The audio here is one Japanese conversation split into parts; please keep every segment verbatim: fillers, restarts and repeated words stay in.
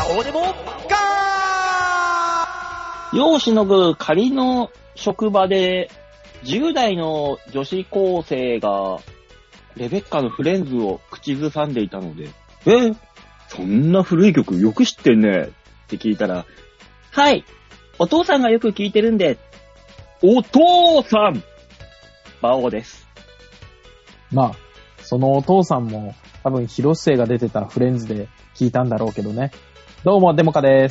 こうでもガー。 世をしのぐ仮の職場でじゅう代の女子高生がレベッカのフレンズを口ずさんでいたので、え、そんな古い曲よく知ってんねって聞いたら、はい、お父さんがよく聞いてるんで、お父さん馬王です。 まあ、そのお父さんも多分広末が出てたフレンズで聞いたんだろうけどね。どうも、デモカです。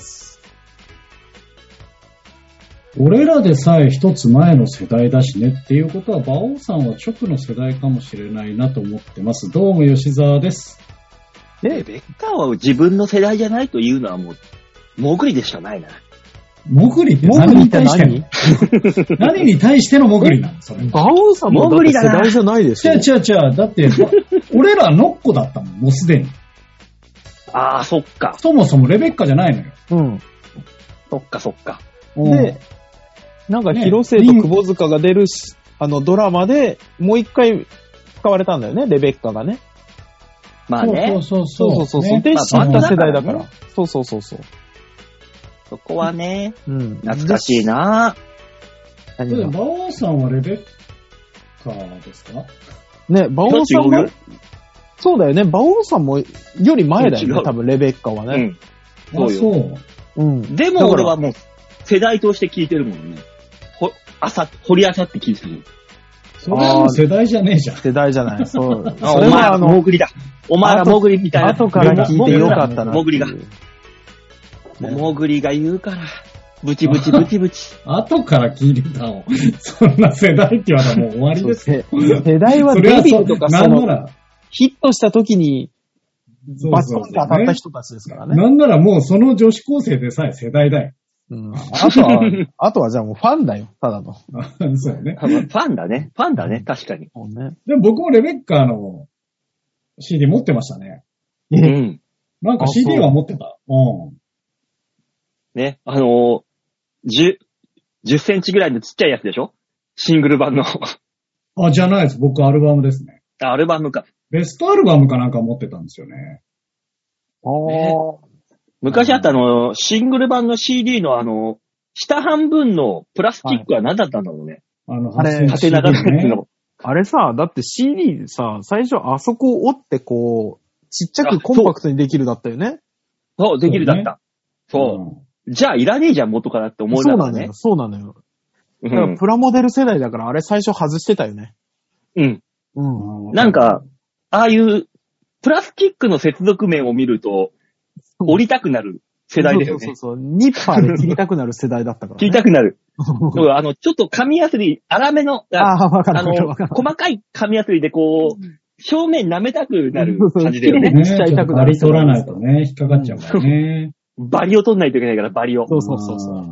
俺らでさえ一つ前の世代だしねっていうことは、馬王さんは直の世代かもしれないなと思ってます。どうも吉沢です。 レベッカは自分の世代じゃないというのはもう、モグリでしかないな。 モグリって何に対しての何に対してのモグリなのそれ。 馬王さんもだって世代じゃないでしょ。 違う違う違う。だって、俺らノッコだったもん、もうすでに。 ああ、そっか。 そもそもレベッカじゃないのよ。 うん。 そっかそっか。 で、なんか広末と窪塚が出るし、あのドラマでもう一回使われたんだよね、レベッカがね。 まあね。 そうそうそう。 そうそうそう。ね、で、知った世代だから。そうそうそうそう。 そこはね、 うん、 懐かしいなぁ。で、馬王さんはレベッカですかね、馬王さんも、そうだよね、馬王さんもより前だよね、多分レベッカはね。 うん。そうよ。 うん。 でも俺はもう世代として聞いてるもんね。ほ、朝、掘りあさって聞いてる。 それはもう世代じゃねえじゃん。 世代じゃない。そう。 それはあの、モグリだ。お前らモグリみたいな。 後から聞いてよかったな。 モグリが。モグリが言うから。ブチブチブチブチ。 後から聞いてたの。そんな世代って言われたらもう終わりですよ。 世代はデビューとかその、 ヒットした時に、バットンで当たった人たちですからね。 なんならもうその女子高生でさえ世代だよ。 うん。あとは、あとはじゃあもうファンだよ、ただの。 そうね。 ファンだね。ファンだね、確かに。 そうね。 でも僕もレベッカの シーディー 持ってましたね。 うん。 なんか シーディー は持ってた。うん。 ね、あのー、じゅう、じゅっセンチぐらいのちっちゃいやつでしょ？シングル版の。 あ、じゃないです。僕アルバムですね。 あ、アルバムか。 ベストアルバムかなんか持ってたんですよね。 ああ、ね。 昔あったあの、シングル版の シーディー のあの、下半分のプラスチックは何だったんだろうね。 はい、あの、 あれ、 縦長のやつの。 あれさ、だって シーディー さ、最初あそこを折ってこう、ちっちゃくコンパクトにできるだったよね。 そう、できるだった。そう。そううん、じゃあいらねえじゃん、元からって思いながらね。 そうなのよ。そうなのよ。だからプラモデル世代だからあれ最初外してたよね。 うん。 うん。 なんか、ああいう、プラスチックの接続面を見ると、折りたくなる世代だよね。 そうそうそう。ニッパーで切りたくなる世代だったから、ね。 切りたくなる。そう、あの、ちょっと紙やすり、粗めの、 ああ、わかる。 あの、細かい紙やすりでこう、表面舐めたくなる感じだよね。 ね、しちゃいたくなる。バリ取らないとね、引っかかっちゃうからね。 バリを取んないといけないから、バリを。 そうそうそうそう。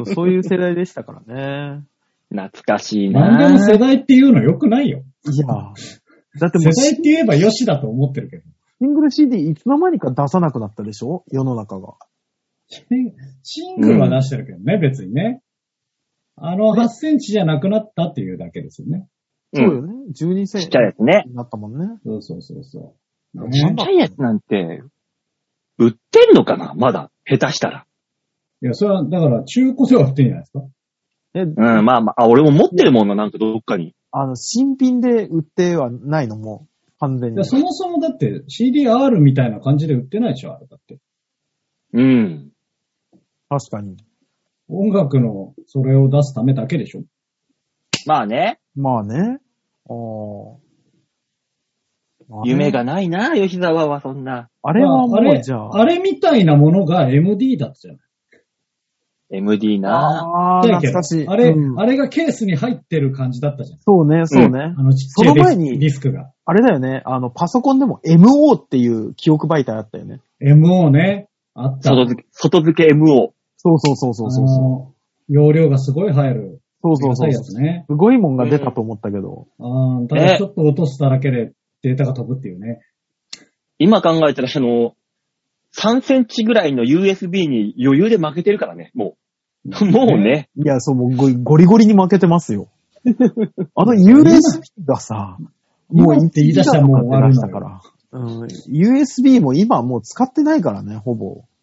そういう世代でしたからね。 懐かしいな。 なんでも世代っていうの良くないよ。 いや。だってもう世代って言えばよしだと思ってるけど。 シングル シーディー いつの間にか出さなくなったでしょ世の中が。 シングルは出してるけどね、うん、別にね。あのはちセンチじゃなくなったっていうだけですよね。 そうよね。じゅうにセンチ。 ちっちゃいやつね。 なったもんね。 そうそうそうそう。 ね、ちっちゃいやつなんて、売ってんのかなまだ、下手したら。 いや、それは、だから中古では売ってんじゃないですか。 え、 うん、まあまあ、あ、俺も持ってるもんな、なんかどっかに。 あの、新品で売ってはないのも、完全に。 そもそもだって シーディーアール みたいな感じで売ってないでしょ、あれだって。 うん。 確かに。 音楽のそれを出すためだけでしょ。 まあね。 まあね。ああ。 夢がないな、吉沢はそんな。 あれはもうじゃあ。 あれみたいなものが エムディー だったじゃない。 エムディー な。 ああ、懐かしい。 あれ、うん、あれがケースに入ってる感じだったじゃん。 そうね、そうね。うん、 あのちっちゃいディスク、その前にディスクが。 あれだよね、あの、パソコンでも エムオー っていう記憶媒体あったよね。 エムオー ね。あった。 外付け、外付け エムオー。 そうそうそうそうそうそう。 容量がすごい入る。 そうそうそう。 やつね。 すごいもんが出たと思ったけど。 うん、あただちょっと落としただけでデータが飛ぶっていうね。 今考えたら、あの、さんセンチぐらいの ユーエスビー に余裕で負けてるからね、もう。もうね。 いや、そう、もうゴリゴリに負けてますよ。あの ユーエスビー がさ、 もう言って言い出したらもう終わるんだから。うん、ユーエスビー も今もう使ってないからね、ほぼ。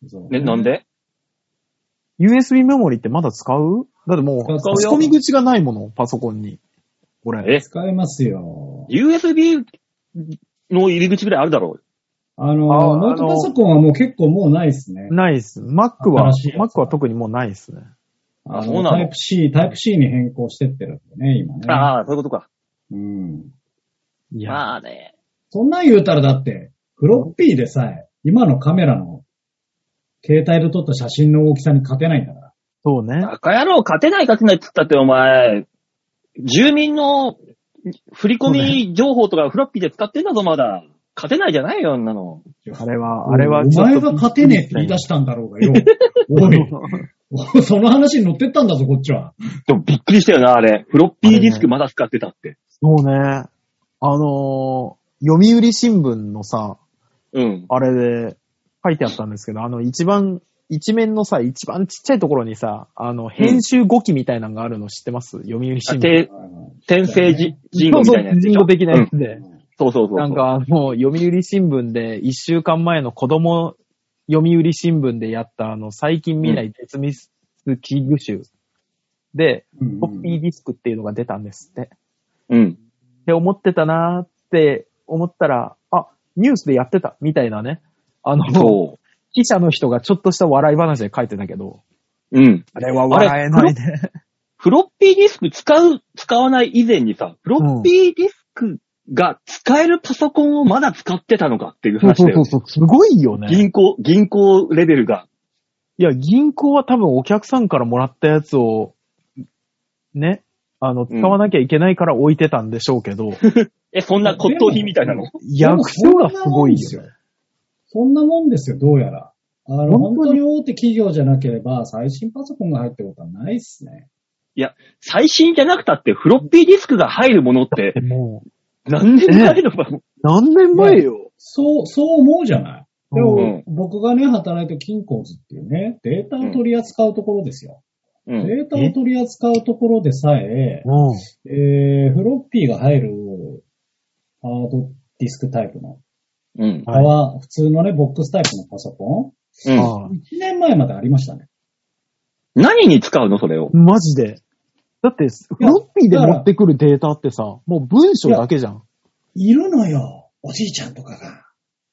ね、なんでユーエスビー メモリってまだ使う？だってもう、 使うよ差し込み口がないもの、パソコンに。俺。 え使えますよ。 ユーエスビー の入り口ぐらいあるだろう。 あの、 あノートパソコンはもう結構もうないですね。 ないっす。Mac は、 新しいやつ Mac は特にもうないっすね。 あそうなののタイプ C、タイプ C に変更してってるんでね、今ね。 ああ、そういうことか。 うん。 いや、 まあね。 そんなん言うたらだって、フロッピーでさえ、今のカメラの、携帯で撮った写真の大きさに勝てないんだから。 そうね。 バカ野郎勝てない勝てないって言ったってお前、住民の振り込み情報とかフロッピーで使ってんだぞまだ。勝てないじゃないよ、あんなの。 あれは、あれはおちょっと。 前が勝てねえって言い出したんだろうがよ。おい。その話に乗ってったんだぞ、こっちは。 でもびっくりしたよな、あれ。フロッピーディスクまだ使ってたって。 そうね。あのー、読売新聞のさ、 うん。 あれで書いてあったんですけど、あの一番、一面のさ、一番ちっちゃいところにさ、あの、編集語記みたいなのがあるの知ってます？読売新聞。 て転生じ人語みたいなやつでしょ。 人語的なやつで。 そうそうそうそう。 なんかもう読売新聞で一週間前の子供読売新聞でやったあの最近見ない絶滅危惧種で、 うんうんフロッピーディスクっていうのが出たんですって。 うん。 で、思ってたなーって思ったら、あ、ニュースでやってたみたいなね。あの、 そ記者の人がちょっとした笑い話で書いてたけど、 う。うん。 あれは笑えないね。 フロッピーディスク使う、使わない以前にさ、フロッピーディスクが使えるパソコンをまだ使ってたのかっていうそう話だよね。 そうそうそう、すごいよね。 銀行、銀行レベルが。 いや、銀行は多分お客さんからもらったやつを、ね、あの、使わなきゃいけないから置いてたんでしょうけど、 え、そんな骨董品みたいなの？ 役所がすごいよね。 そんなもんですよ、どうやら。あの、 本当に本当に大手企業じゃなければ、最新パソコンが入ってことはないっすね。 いや、最新じゃなくたってフロッピーディスクが入るものってもう、 何年前のもの？ 何年前よ。 そう、そう思うじゃない。でも、 うん僕がね、働いてるキンコーズっていうね、データを取り扱うところですよ。 うん。 データを取り扱うところでさえ、 うん。 えー、フロッピーが入るハードディスクタイプの、 うん。 はいは普通のね、ボックスタイプのパソコうん。 ああン、いちねんまえまでありましたね。 何に使うのそれを。 マジで。だって、フロッピーで持ってくるデータってさ、もう文章だけじゃん。 いるのよ、おじいちゃんとかが。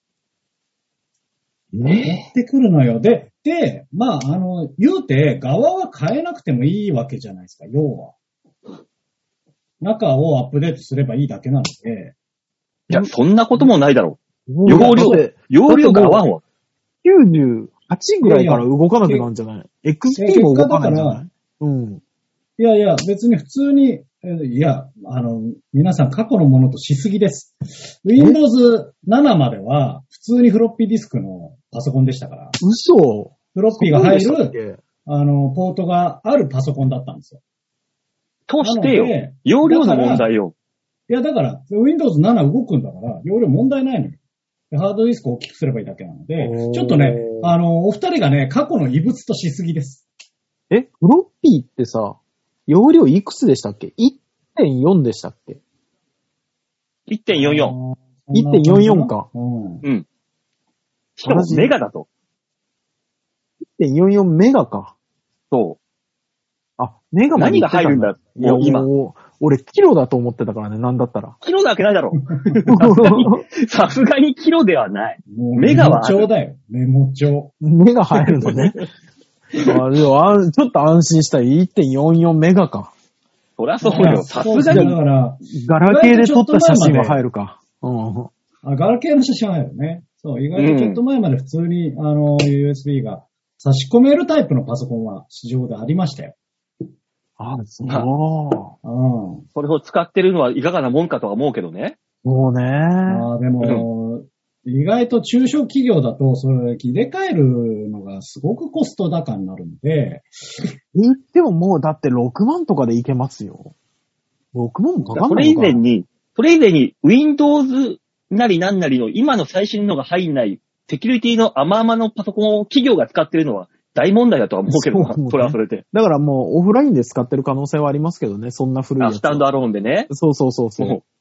持ってくるのよ。で、で、まあ、あの、言うて、側は変えなくてもいいわけじゃないですか、要は。中をアップデートすればいいだけなので。 いや、そんなこともないだろう。 容容量、容量が合わんわ。 きゅうじゅうはちぐらいから動かなくなるんじゃない ?エックスピー も動かないんじゃないうん。 いやいや、別に普通に、えいや、あの、皆さん過去のものとしすぎです。ウィンドウズナナまでは、普通にフロッピーディスクのパソコンでしたから、 嘘フロッピーが入そうでしたっる、 けあの、ポートがあるパソコンだったんですよ。 としてよなので。 容量の問題よ。 いや、だから、ウィンドウズナナ動くんだから、容量問題ないのよ。でハードディスクを大きくすればいいだけなのでおー、 ちょっとね、あの、お二人がね、過去の異物としすぎです。 え、フロッピーってさ、容量いくつでしたっけ ?いってんよん でしたっけいってんよんよん。 いってんよんよん か。 うん。 うん。しかもメガだと。 いってんよんよん メガか。 そあ、メガまで何が入るんだいや、 もう今もう俺、キロだと思ってたからね、なんだったら。 う。キロなわけないだろ。さすがに、さすがにキロではない。 もうメガはあるメモ帳だよ。メモ帳。 メガ入るのね。あでもあちょっと安心した。いってんよんよん メガか。 そりゃそうよ。さすがそうだに。 から、 ガラケーで撮った写真は入るか。うん。 あガラケーの写真は入るね。そう、意外とちょっと前まで普通に、あの、ユーエスビー が差し込めるタイプのパソコンは市場でありましたよ。 あ、そう。 うん。 それを使ってるのはいかがなもんかとは思うけどね。 もうね。 あでも、意外と中小企業だと、それ入れ替えるのがすごくコスト高になるんで、 言ってももうだってろくまんとかでいけますよ。ろくまんもかかんそれ以ないのか前に、それ以前に Windows なりなんなりの今の最新のが入んないセキュリティの甘々のパソコンを企業が使ってるのは大問題だとは思うけどな。 そうねそれはそれで。 だからもうオフラインで使ってる可能性はありますけどね。そんな古いやつ。 あ、スタンドアローンでね。 そうそうそうそう。 も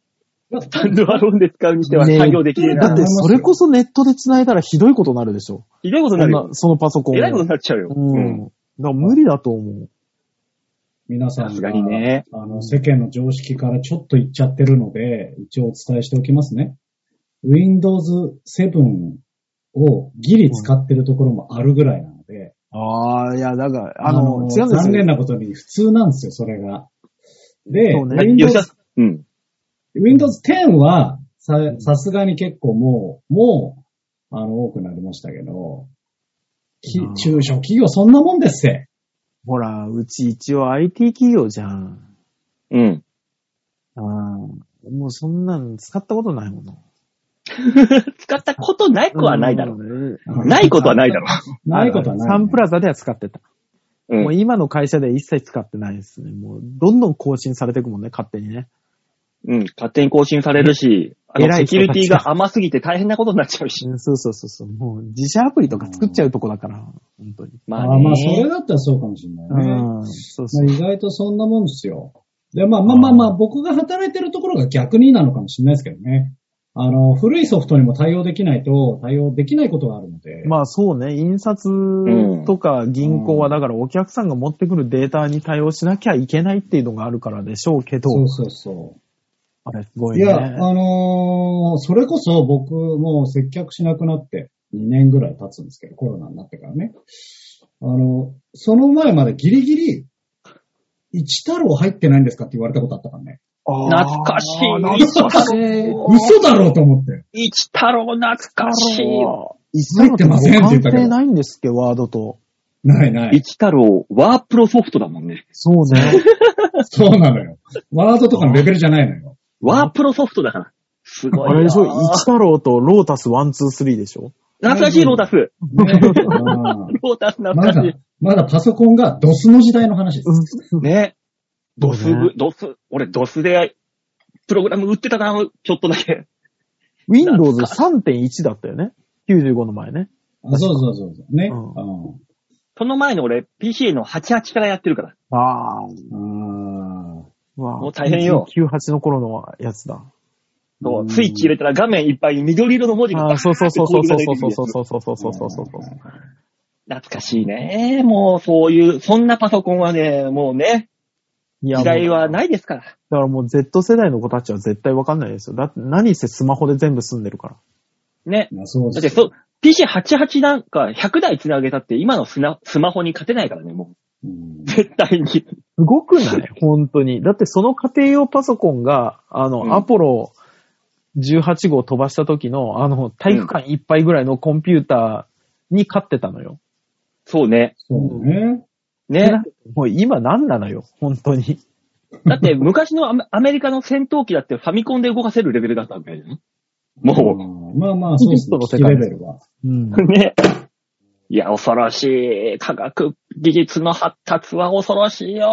スタンドアローンで使うにしてはね作業できるな。 だってそれこそネットで繋いだらひどいことになるでしょ。 ひどいことになるよ。 そんなそのパソコン。 えらいことになっちゃうよ。 うん。 うん。 だから無理だと思う。 皆さんさすがにね。 あの、世間の常識からちょっと言っちゃってるので、一応お伝えしておきますね。ウィンドウズセブン をギリ使ってるところもあるぐらいなので。 ああ、いや、だから、あの、違うんですよ。 残念なことに普通なんですよ、それが。で、 そうね Windows、 うん。 Windows テンはさ、さすがに結構もう、もう、あの、多くなりましたけど、き中小企業そんなもんですって。 ほら、うち一応 アイティー 企業じゃん。 うん。 ああ、もうそんなん使ったことないもの。 使ったことないくはないだろう。 う。 ないことはないだろう。 ないことはない、ね。 サンプラザでは使ってた。 うんもう今の会社では一切使ってないですね。もうどんどん更新されていくもんね、勝手にね。 うん。勝手に更新されるし、あの、 偉いセ人たちがキュリティが甘すぎて大変なことになっちゃうし。 うんそうそうそうそう。もう自社アプリとか作っちゃうとこだから、本当に。 まあね。 あまあ、それだったらそうかもしれないね。 うん、そうそう。 まあ、意外とそんなもんですよ。で、まあまあまあまあ、僕が働いてるところが逆になのかもしれないですけどね。あの、古いソフトにも対応できないと、対応できないことがあるので。 まあそうね、印刷とか銀行はだからお客さんが持ってくるデータに対応しなきゃいけないっていうのがあるからでしょうけど。 そうそうそう。 あれすごいね。 いや、あのー、それこそ僕もう接客しなくなってにねんぐらい経つんですけど、コロナになってからね。あの、その前までギリギリ、一太郎入ってないんですかって言われたことあったからね。 懐かしい。 懐かしい。 嘘だろうと思って。 一太郎懐かしい。 入ってませんって言ったけど。 関係ないんですっけ、ワードと。 ないない。 一太郎、ワープロソフトだもんね。 そうね。 そうなのよ。ワードとかのレベルじゃないのよ。 ワープロソフトだから。すごいな。 あれでしょ、一太郎とロータスワンツースリーでしょ。 懐かしいロータス。 ね、 ロータス懐かしい。 まだ、まだパソコンがドスの時代の話です。 ね。ドス、ドス、俺ドスで、プログラム売ってたな、ちょっとだけ。 ウィンドウズさんてんいち だったよね。きゅうじゅうごの前ね。 あそうそうそうそう。ね、 うんうん。 その前の俺、ピーシー のはちじゅうはちからやってるから。 ああ。 あもう大変よ。 きゅうじゅうはちの頃のやつだ。 そう、スイッチ入れたら画面いっぱいに緑色の文字が。 ああ、そうそうそうそうそうそうそうそうそうそうそうそうそう。 懐かしいね。もうそういう、そんなパソコンはね、もうね、時代はないですから。 だからもう Z 世代の子たちは絶対わかんないですよ。だって何せスマホで全部済んでるから。 ね。 そうだってそ、ピーシーはちじゅうはち なんかひゃくだいつなげたって今のスナスマホに勝てないからね、もう。うん、絶対に。すごくない本当に。だってその家庭用パソコンが、あの、うん、アポロじゅうはち号飛ばした時の、あの、体育館いっぱいぐらいのコンピューターに勝ってたのよ。 そうね。 そうね。 ね。もう今何なのよ、本当に。 だって昔のアメリカの戦闘機だってファミコンで動かせるレベルだったわけだよね。もう。まあまあ、そうですね。 の世界レベルは。 うん、ね。いや、恐ろしい。科学技術の発達は恐ろしいよ。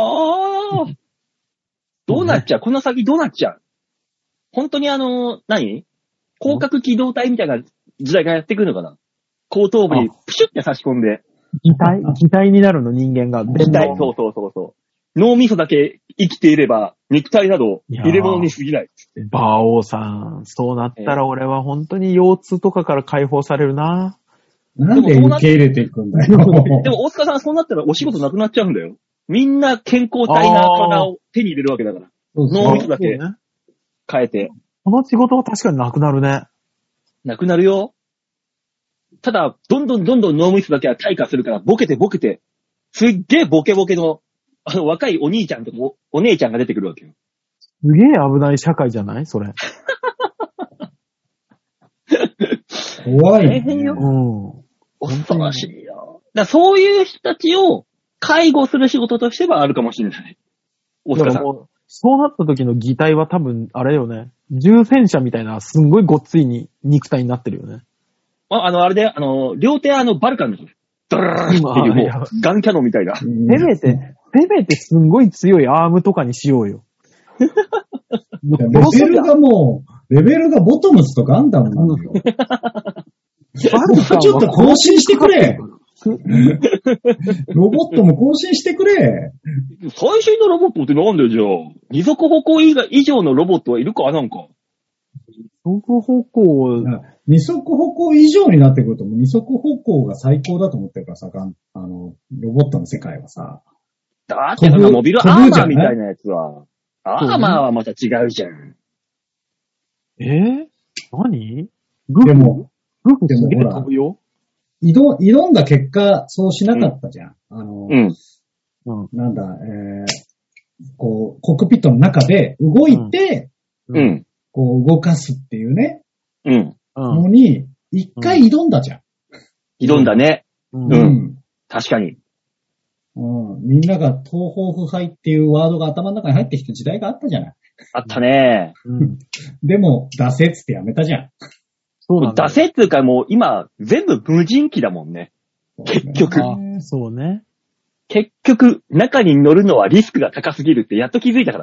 どうなっちゃう、ね、この先どうなっちゃう本当にあの、何広角機動隊みたいな時代がやってくるのかな後頭部にプシュって差し込んで。 擬態擬態になるの人間が。 擬態、そうそうそうそう。脳みそだけ生きていれば、肉体など入れ物に過ぎない。 馬王さん、そうなったら俺は本当に腰痛とかから解放されるな。 なんで受け入れていくんだよ。 でも大塚さんそうなったらお仕事なくなっちゃうんだよ。みんな健康体な体を手に入れるわけだから。脳みそだけ変えて。 この仕事は確かになくなるね。 なくなるよ。ただ、どんどんどんどん脳みそだけは退化するから、ボケてボケて、すっげえボケボケの、あの若いお兄ちゃんとか お, お姉ちゃんが出てくるわけよ。 すげえ危ない社会じゃないそれ。 怖い、ね。 大変よ。 うん。 恐ろしいよ。だそういう人たちを介護する仕事としてはあるかもしれない。大塚さん。 そうなった時の擬態は多分、あれよね。重戦車みたいな、すんごいごっついに肉体になってるよね。 あ、あの、あれで、あの、両手あの、バルカンです。ドラーっていう、もう、ガンキャノンみたいな。 せめて、せめてすんごい強いアームとかにしようよ。 レベルがもう、レベルがボトムスとガンダムなんだよ。ちょっと更新してくれ。ロボットも更新してくれ。 最新のロボットってなんだよ、じゃあ。二足歩行以外以上のロボットはいるかなんか。 足歩行、 二足歩行以上になってくると、二足歩行が最高だと思ってるからさ、あの、ロボットの世界はさ。 だってそのモビルアーマーみたいなやつは、アーマーはまた違うじゃん。 えー、何グフでも、 グフすげえ飛ぶよ。 挑、挑んだ結果、そうしなかったじゃん。うん、あの、 うん。 なんだ、えー、こう、コックピットの中で動いて、 うん。 こう動かすっていうね。 うん。 のに、一回挑んだじゃん。 挑んだね。 うん。 うん。確かに。 うん。みんなが東方腐敗っていうワードが頭の中に入ってきた時代があったじゃない。 あったね。 うん。 でも、出せっつってやめたじゃん。 そうなんだ。 出せっていうかもう今、全部無人機だもんね。結局。 そうね。 結局、中に乗るのはリスクが高すぎるってやっと気づいたから。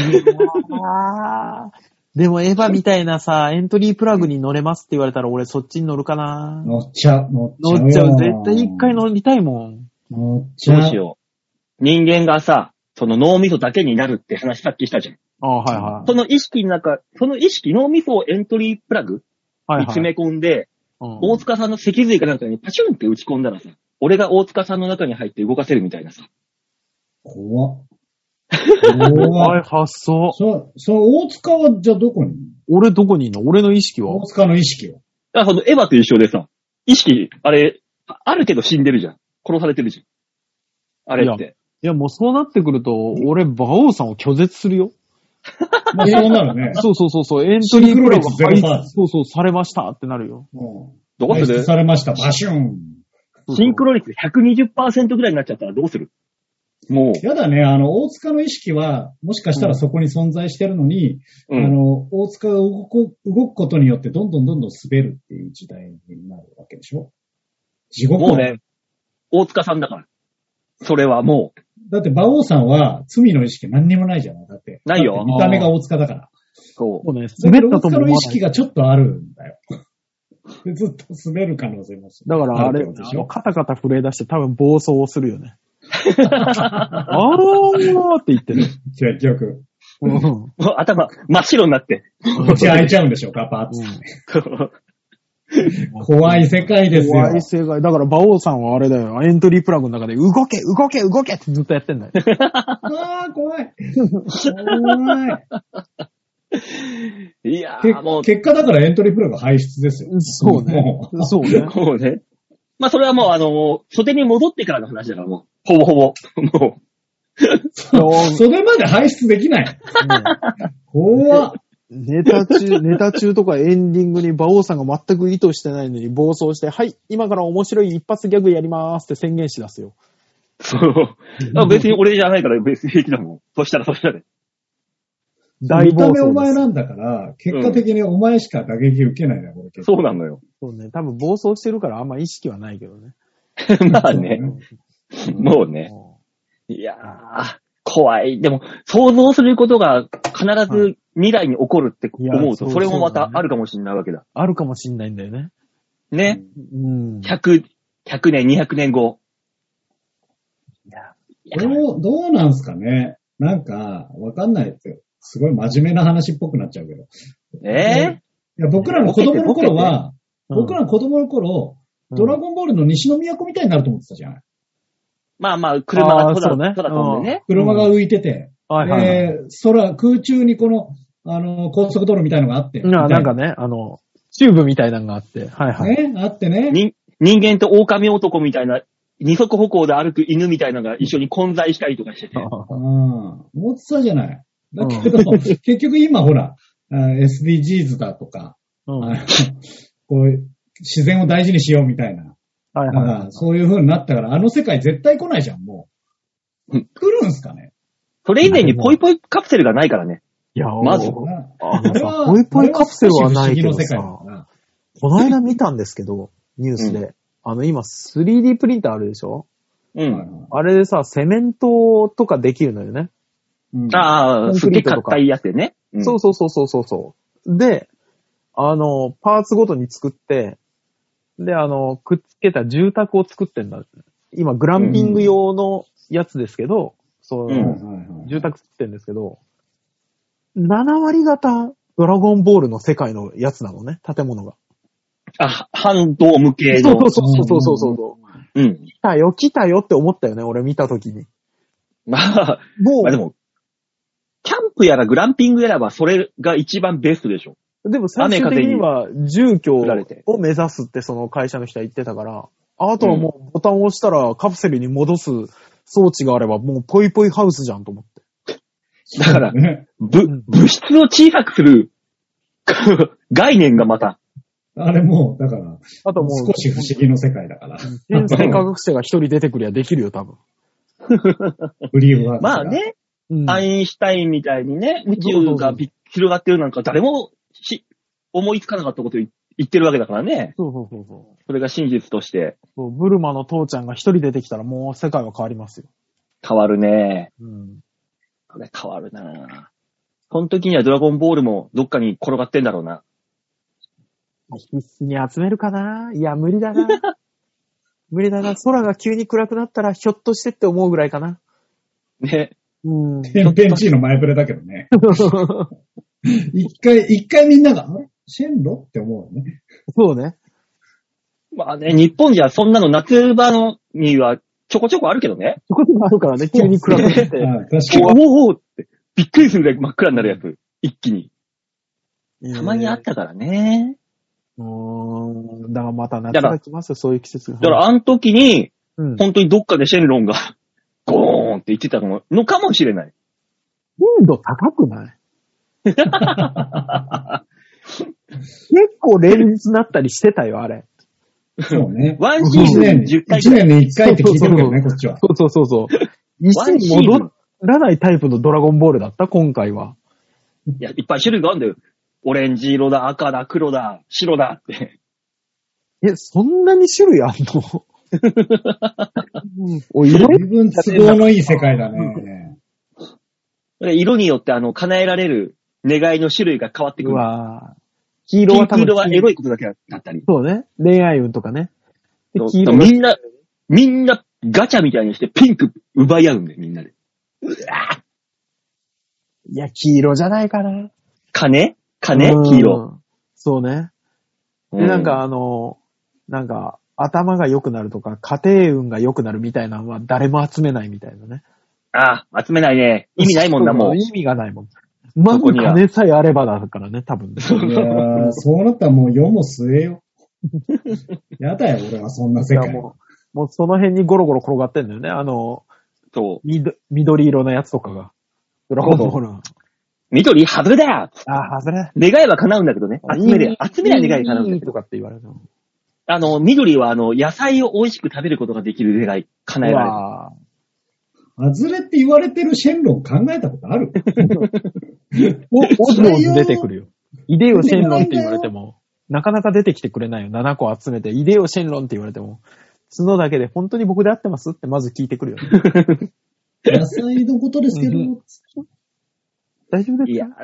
あでもエヴァみたいなさ、エントリープラグに乗れますって言われたら俺そっちに乗るかな。 乗っちゃう、乗っちゃう。 乗っちゃう。絶対一回乗りたいもん。 乗っちゃう。 どうしよう。人間がさ、その脳みそだけになるって話さっきしたじゃん。 ああ、はいはい。 その意識の中、その意識、脳みそをエントリープラグはいはい、 に詰め込んで、 うん、 大塚さんの脊髄かなんかにパチュンって打ち込んだらさ、俺が大塚さんの中に入って動かせるみたいなさ。 怖っ。 怖い発想。 そう、そう、大塚はじゃあどこに？ 俺どこにいんの？俺の意識は？ 大塚の意識は。 あ、そのエヴァと一緒でさ、意識、あれ、あるけど死んでるじゃん。殺されてるじゃん。あれって。 いや、もうそうなってくると、俺、馬王さんを拒絶するよ。 まあそうなるね。 そうそうそうそう、エントリープラグが排出、そうそう、されましたってなるよ。 もうどうする？ 排出されました、バシューン。 シンクロ率 ひゃくにじゅっパーセント ぐらいになっちゃったらどうする？もう。 やだね、あの、大塚の意識は、もしかしたらそこに存在してるのに、うん、あの、大塚が動く、動くことによって、どんどんどんどん滑るっていう時代になるわけでしょ？地獄もうね、大塚さんだから。それはもう。 だって、馬王さんは罪の意識何にもないじゃない。だって。 ないよ。 見た目が大塚だから。 そう。 そうね。滑ったとも思わない。大塚の意識がちょっとあるんだよ。ずっと滑る可能性もだからあれ、あのカタカタ震え出して多分暴走をするよね。あーって言ってる。 結局。 うん、頭真っ白になって。 口開いちゃうんでしょうか、パーツ。うん怖い世界ですよ。 怖い世界。だから、馬王さんはあれだよ。エントリープラグの中で、動け動け動けってずっとやってんだよ。 ああ、怖い。怖い。 いやーもう。 結果だからエントリープラグ排出ですよ。 そうね。そうね。 そうね。まあ、それはもう、あの、袖に戻ってからの話だから、もう。ほぼほぼ。もう。袖まで排出できない。怖っ。 ネタ中、ネタ中とかエンディングに馬王さんが全く意図してないのに暴走して、はい、今から面白い一発ギャグやりまーすって宣言し出すよ。 そう。別に俺じゃないから別に平気だもん。そしたらそしたら。 大暴走です。見た目お前なんだから、結果的にお前しか打撃受けないな、これ。 そうなのよ。 そうね。多分暴走してるからあんま意識はないけどね。 まあね。もうね。いやー。怖い。でも、想像することが必ず未来に起こるって思うと、それもまたあるかもしれないわけだ。 あるかもしれないんだよね。 ね。 うん。 ひゃく、ひゃくねん、にひゃくねんご。 いや、どう、どうなんすかね。なんか、わかんないですよ。すごい真面目な話っぽくなっちゃうけど。 ええー、 いや、僕らの子供の頃は、僕らの子供の頃、うん、ドラゴンボールの西の都みたいになると思ってたじゃない。 まあまあ、車が空、ね、空飛んでね。 車が浮いてて、 うんはいはいはいえー、空、空中にこの、あの、高速道路みたいなのがあって。 ななんかね、あの、チューブみたいなのがあって。はいはい。 ね、あってね。 人、人間と狼男みたいな、二足歩行で歩く犬みたいなのが一緒に混在したりとかしてて。 うん。思ってたじゃない。だけど、うん、結局今ほら、エスディージーズ だとか、うん、こう自然を大事にしようみたいな。はいはい、そういう風になったから、あの世界絶対来ないじゃん、もう。来るんすかね？ それ以前にポイポイカプセルがないからね。 いや、 まず。 あのポイポイカプセルはないけどさ、この間見たんですけど、ニュースで。うん、あの、今 スリーディー プリンターあるでしょ？うん。あれでさ、セメントとかできるのよね。 うん、ああ、すっげえ硬いやつでね、 うん。そうそうそうそうそう。で、あの、パーツごとに作って、で、あの、くっつけた住宅を作ってんだ。今、グランピング用のやつですけど、うん、そう、うん、住宅作ってんですけど、なな割方ドラゴンボールの世界のやつなのね、建物が。 あ、半ドーム系の。 そうそうそうそうそうそう。 うん。 来たよ、来たよって思ったよね、俺見たときに。 まあ、 もう、 まあでも、キャンプやらグランピングやらばそれが一番ベストでしょ。 でも最終的には住居を目指すってその会社の人は言ってたから、あとはもうボタンを押したらカプセルに戻す装置があればもうポイポイハウスじゃんと思って。 だから、ぶ、物質を小さくする概念がまた。 あれもう、だから、 あともう少し不思議の世界だから。 天才科学者が一人出てくりゃできるよ、多分。 フリーワーク。 まあね、 うん、 アインシュタインみたいにね、宇宙が広がってるなんか誰もし思いつかなかったこと言ってるわけだからね。 そうそうそうそう。 それが真実として。 そう、ブルマの父ちゃんが一人出てきたらもう世界は変わりますよ。 変わるね。 うん。 これ変わるな。その時にはドラゴンボールもどっかに転がってんだろうな。 必死に集めるかな？いや、無理だな。無理だな。空が急に暗くなったらひょっとしてって思うぐらいかな。 ね。 うん。 天変地異の前触れだけどね。一回、一回みんなが、あれシェンロって思うよね。 そうね。 まあね、日本じゃそんなの夏場のにはちょこちょこあるけどね。 ちょこちょこあるからね、急に暗くなって。 確かに。 おおおって、びっくりするぐらい真っ暗になるやつ。一気に。たまにあったからね。 うーん。だからまた夏が来ますよ、そういう季節が。 だからあの時に、 うん、 本当にどっかでシェンロンが、ゴーンって言ってたののかもしれない。 頻度高くない結構連日なったりしてたよ、あれ。 そうね。 ワンシーズンじゅっかい。 いちねんにいっかいって聞いてるけどね、こっちは。 そうそうそうそう。一緒に戻らないタイプのドラゴンボールだった、今回は。 いや、いっぱい種類があるんだよ。オレンジ色だ、赤だ、黒だ、白だって。 え、そんなに種類あんのおい、随分都合のいい世界だね。 色によってあの、叶えられる願いの種類が変わってくる。 うわ黄色は多分。 黄色はエロいことだけだったり。 そうね。恋愛運とかね。 で黄色みんな、みんなガチャみたいにしてピンク奪い合うんだよ、みんなで。うわいや、黄色じゃないかな。 金金黄色。 そうね。で、なんかあの、なんか、頭が良くなるとか、家庭運が良くなるみたいなのは誰も集めないみたいなね。 ああ、集めないね。意味ないもんな、もう。 意味がないもん。まず金さえあればだからね、多分。 いやー、そうなったらもう世も末よ。やだよ、俺はそんな世界。 もう、もうその辺にゴロゴロ転がってんだよね。あの、 そう。 緑色のやつとかが。ドラゴンボール。 緑外れだよ。 ああ、外れ。 願いは叶うんだけどね。集める。集めない願い叶うんだけど。 とかって言われるの。 あの、緑はあの、野菜を美味しく食べることができる願い、叶えられる。外れって言われてるシェンロン考えたことあるお、おずおず出てくるよ。イデオシェンロンって言われても、なかなか出てきてくれないよ。ななこ集めて、イデオシェンロンって言われても、角だけで本当に僕で合ってますってまず聞いてくるよ、ね。 野菜のことですけど、 大丈夫ですか？いや、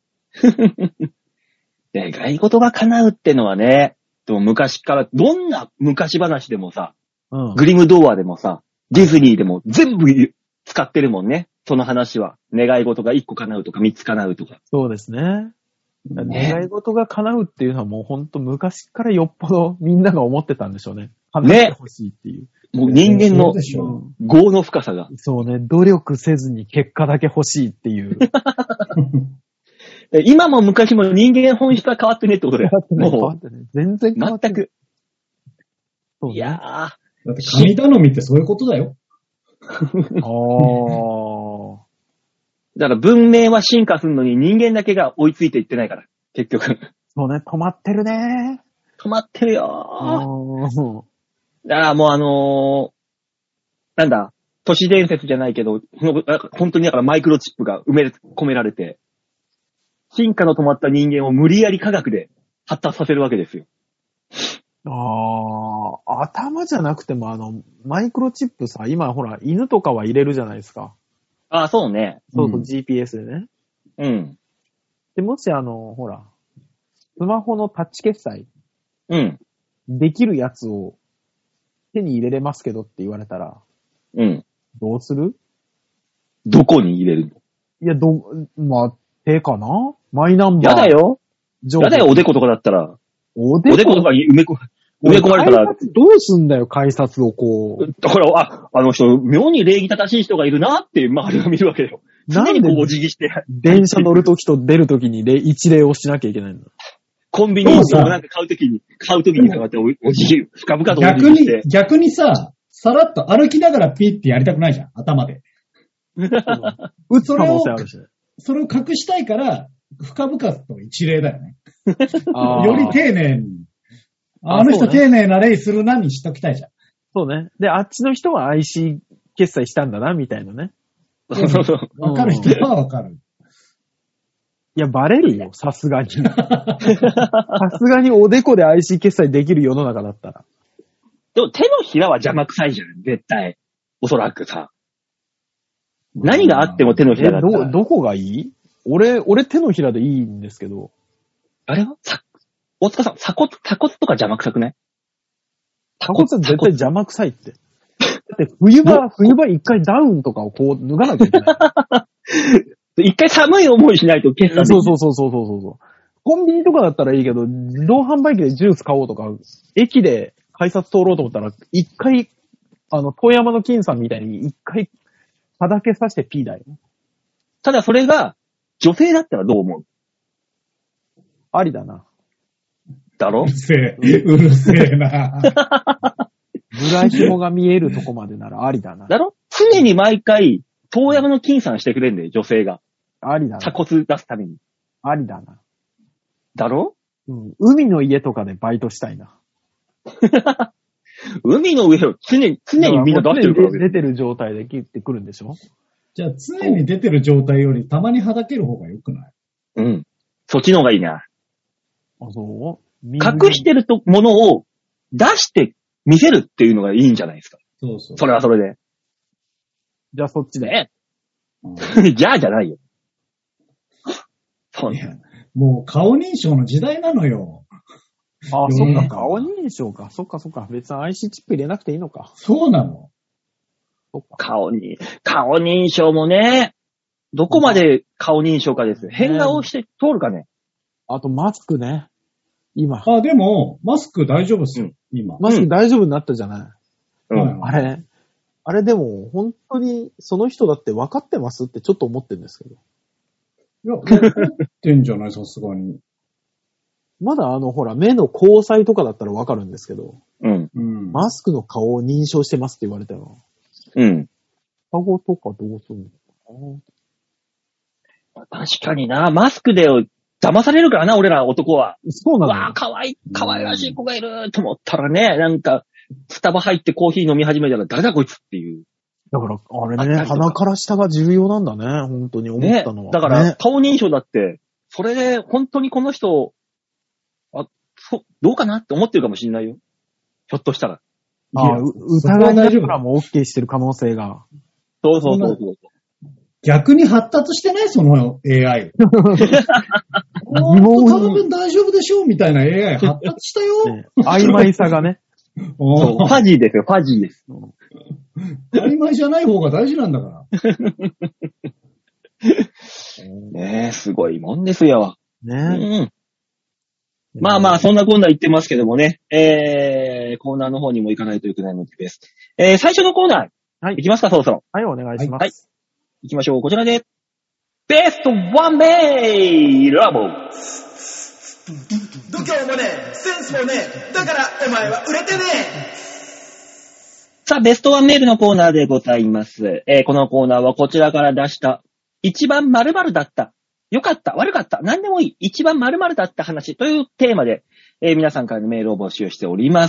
願い事が叶うってのはね、でも昔から、どんな昔話でもさ、うん、グリム童話でもさ、ディズニーでも全部使ってるもんね。その話は。願い事がいっこ叶うとかみっつ叶うとか。 そうですね。願い事が叶うっていうのはもうほんと昔からよっぽどみんなが思ってたんでしょうね。叶ってほしいっていう。 ね、もう人間の業の深さが。 そうね。努力せずに結果だけ欲しいっていう。 今も昔も人間本質は変わってねってことだよ。 変わってね。全然変わって全く。 そうね、 いやー。だって神頼みってそういうことだよ。 あー。 だから文明は進化するのに人間だけが追いついていってないから。結局。 そうね。止まってるね。 止まってるよー。だからもうあのー、なんだ、都市伝説じゃないけど、本当にだからマイクロチップが埋め込められて、進化の止まった人間を無理やり科学で発達させるわけですよ。 ああ、頭じゃなくてもあの、マイクロチップさ、今ほら、犬とかは入れるじゃないですか。 ああ、そうね。 そうそう、うん、ジーピーエス でね。 うん。 で、もしあの、ほら、スマホのタッチ決済。 うん。 できるやつを手に入れれますけどって言われたら。 うん。 どうする？ どこに入れるの？ いや、ど、まあ、手かな？ マイナンバー。 やだよ。 情報。 やだよ、おでことかだったら。 おでこ。 おでことかに埋め込、埋め込まれたら。 改札どうすんだよ、改札をこう。 だから、あ、あの人、妙に礼儀正しい人がいるなって周りが見るわけよ。常にこうお辞儀して。 電車乗るときと出るときに礼一礼をしなきゃいけないんだ。 コンビニになんか買うときに、買うときにこうやっておお辞儀、深々とお辞逆に儀して。、 逆にさ、さらっと歩きながらピッてやりたくないじゃん、頭で。 打つ可能性あるしね。 それを隠したいから、深々と一例だよね。 あーより丁寧に。 ああの人そうね丁寧な礼するなにしときたいじゃん。 そうね。で、あっちの人は アイシー 決済したんだな、みたいなね。 そうそうそう。 わかる人はわかる。 いや、バレるよ、さすがに。さすがにおでこで アイシー 決済できる世の中だったら。 でも手のひらは邪魔くさいじゃん、絶対。おそらくさ。何があっても手のひえ、 らだったら。 ど、どこがいい？俺、俺手のひらでいいんですけど。 あれはさ、大塚さん、鎖骨、鎖骨とか邪魔くさくない？ 鎖骨は絶対邪魔くさいって。だって冬場、冬場一回ダウンとかをこう脱がなきゃいけない。 一回寒い思いしないと決済できない。 そうそうそうそうそうそう。コンビニとかだったらいいけど、自動販売機でジュース買おうとか、駅で改札通ろうと思ったら、一回、あの、遠山の金さんみたいに一回、はだけさして P だよ。 ただそれが、女性だったらどう思う？ ありだな。 だろうるせえ、うるせえな。 ブラ紐が見えるとこまでならありだな。 だろ常に毎回、遠山の金さんしてくれんだよ、女性が。 ありだな。 鎖骨出すために。 ありだな。 だろうん。海の家とかでバイトしたいな。 海の上を常に、常にみんな出してるからね。 出てる状態で切ってくるんでしょ？ じゃあ常に出てる状態よりたまにはだける方が良くない？ うん。そっちの方がいいな。 あ、そう？ 隠してるとものを出して見せるっていうのがいいんじゃないですか。 そうそう。 それはそれで。 じゃあそっちで。 ね。 うんじゃあじゃないよ。そういや、もう顔認証の時代なのよ。 あ、そっか、 世の中顔認証か。そっかそっか。別に アイシー チップ入れなくていいのか。 そうなの。 そっか。 顔に、顔認証もね、どこまで顔認証かです。変顔をして通るかね。 あとマスクね。今。 あ、でも、マスク大丈夫っすよ、今。 マスク大丈夫になったじゃない。 うん。 はいあれあれでも、本当にその人だって分かってますってちょっと思ってるんですけど。 いや、分かってんじゃないさすがに。 まだあの、ほら、目の交際とかだったら分かるんですけど、 うん。 うん。 マスクの顔を認証してますって言われたら、 うん。 顎とかどうするのかな。 確かにな、マスクで騙されるからな、俺ら男は。 そうなのわあ、かわいい、かわいらしい子がいると思ったらね、なんか、スタバ入ってコーヒー飲み始めたら誰だこいつっていう。 だから、あれね、 あったりとか鼻から下が重要なんだね、本当に思っね。 たのは。 だから、 ね、 顔認証だって、それで本当にこの人、あ、そ、どうかなって思ってるかもしれないよ。ひょっとしたら。 ああ、う疑いながらも OK してる可能性が。 そうそうそうそう。 逆に発達してないその エーアイ。 疑問多分大丈夫でしょうみたいな エーアイ発達したよ。 ね、曖昧さがね。 そうファジーですよ、ファジーです。 曖昧じゃない方が大事なんだから。 ねえ、すごいもんですよ。 ね、 うん。まあまあ、そんなこんな言ってますけどもね、えー、コーナーの方にも行かないといけないのです。えー、最初のコーナー、 はい行きますか、そろそろ。 はい、お願いします。 はい行きましょう。こちらで、ベストワンメイラボ。 度胸もねえ、センスもねえ、だからお前は売れてねさあ、ベストワンメールのコーナーでございます。えー、このコーナーはこちらから出した、一番〇〇だった、良かった、悪かった、何でもいい、一番〇〇だった話というテーマで、えー、皆さんからのメールを募集しております。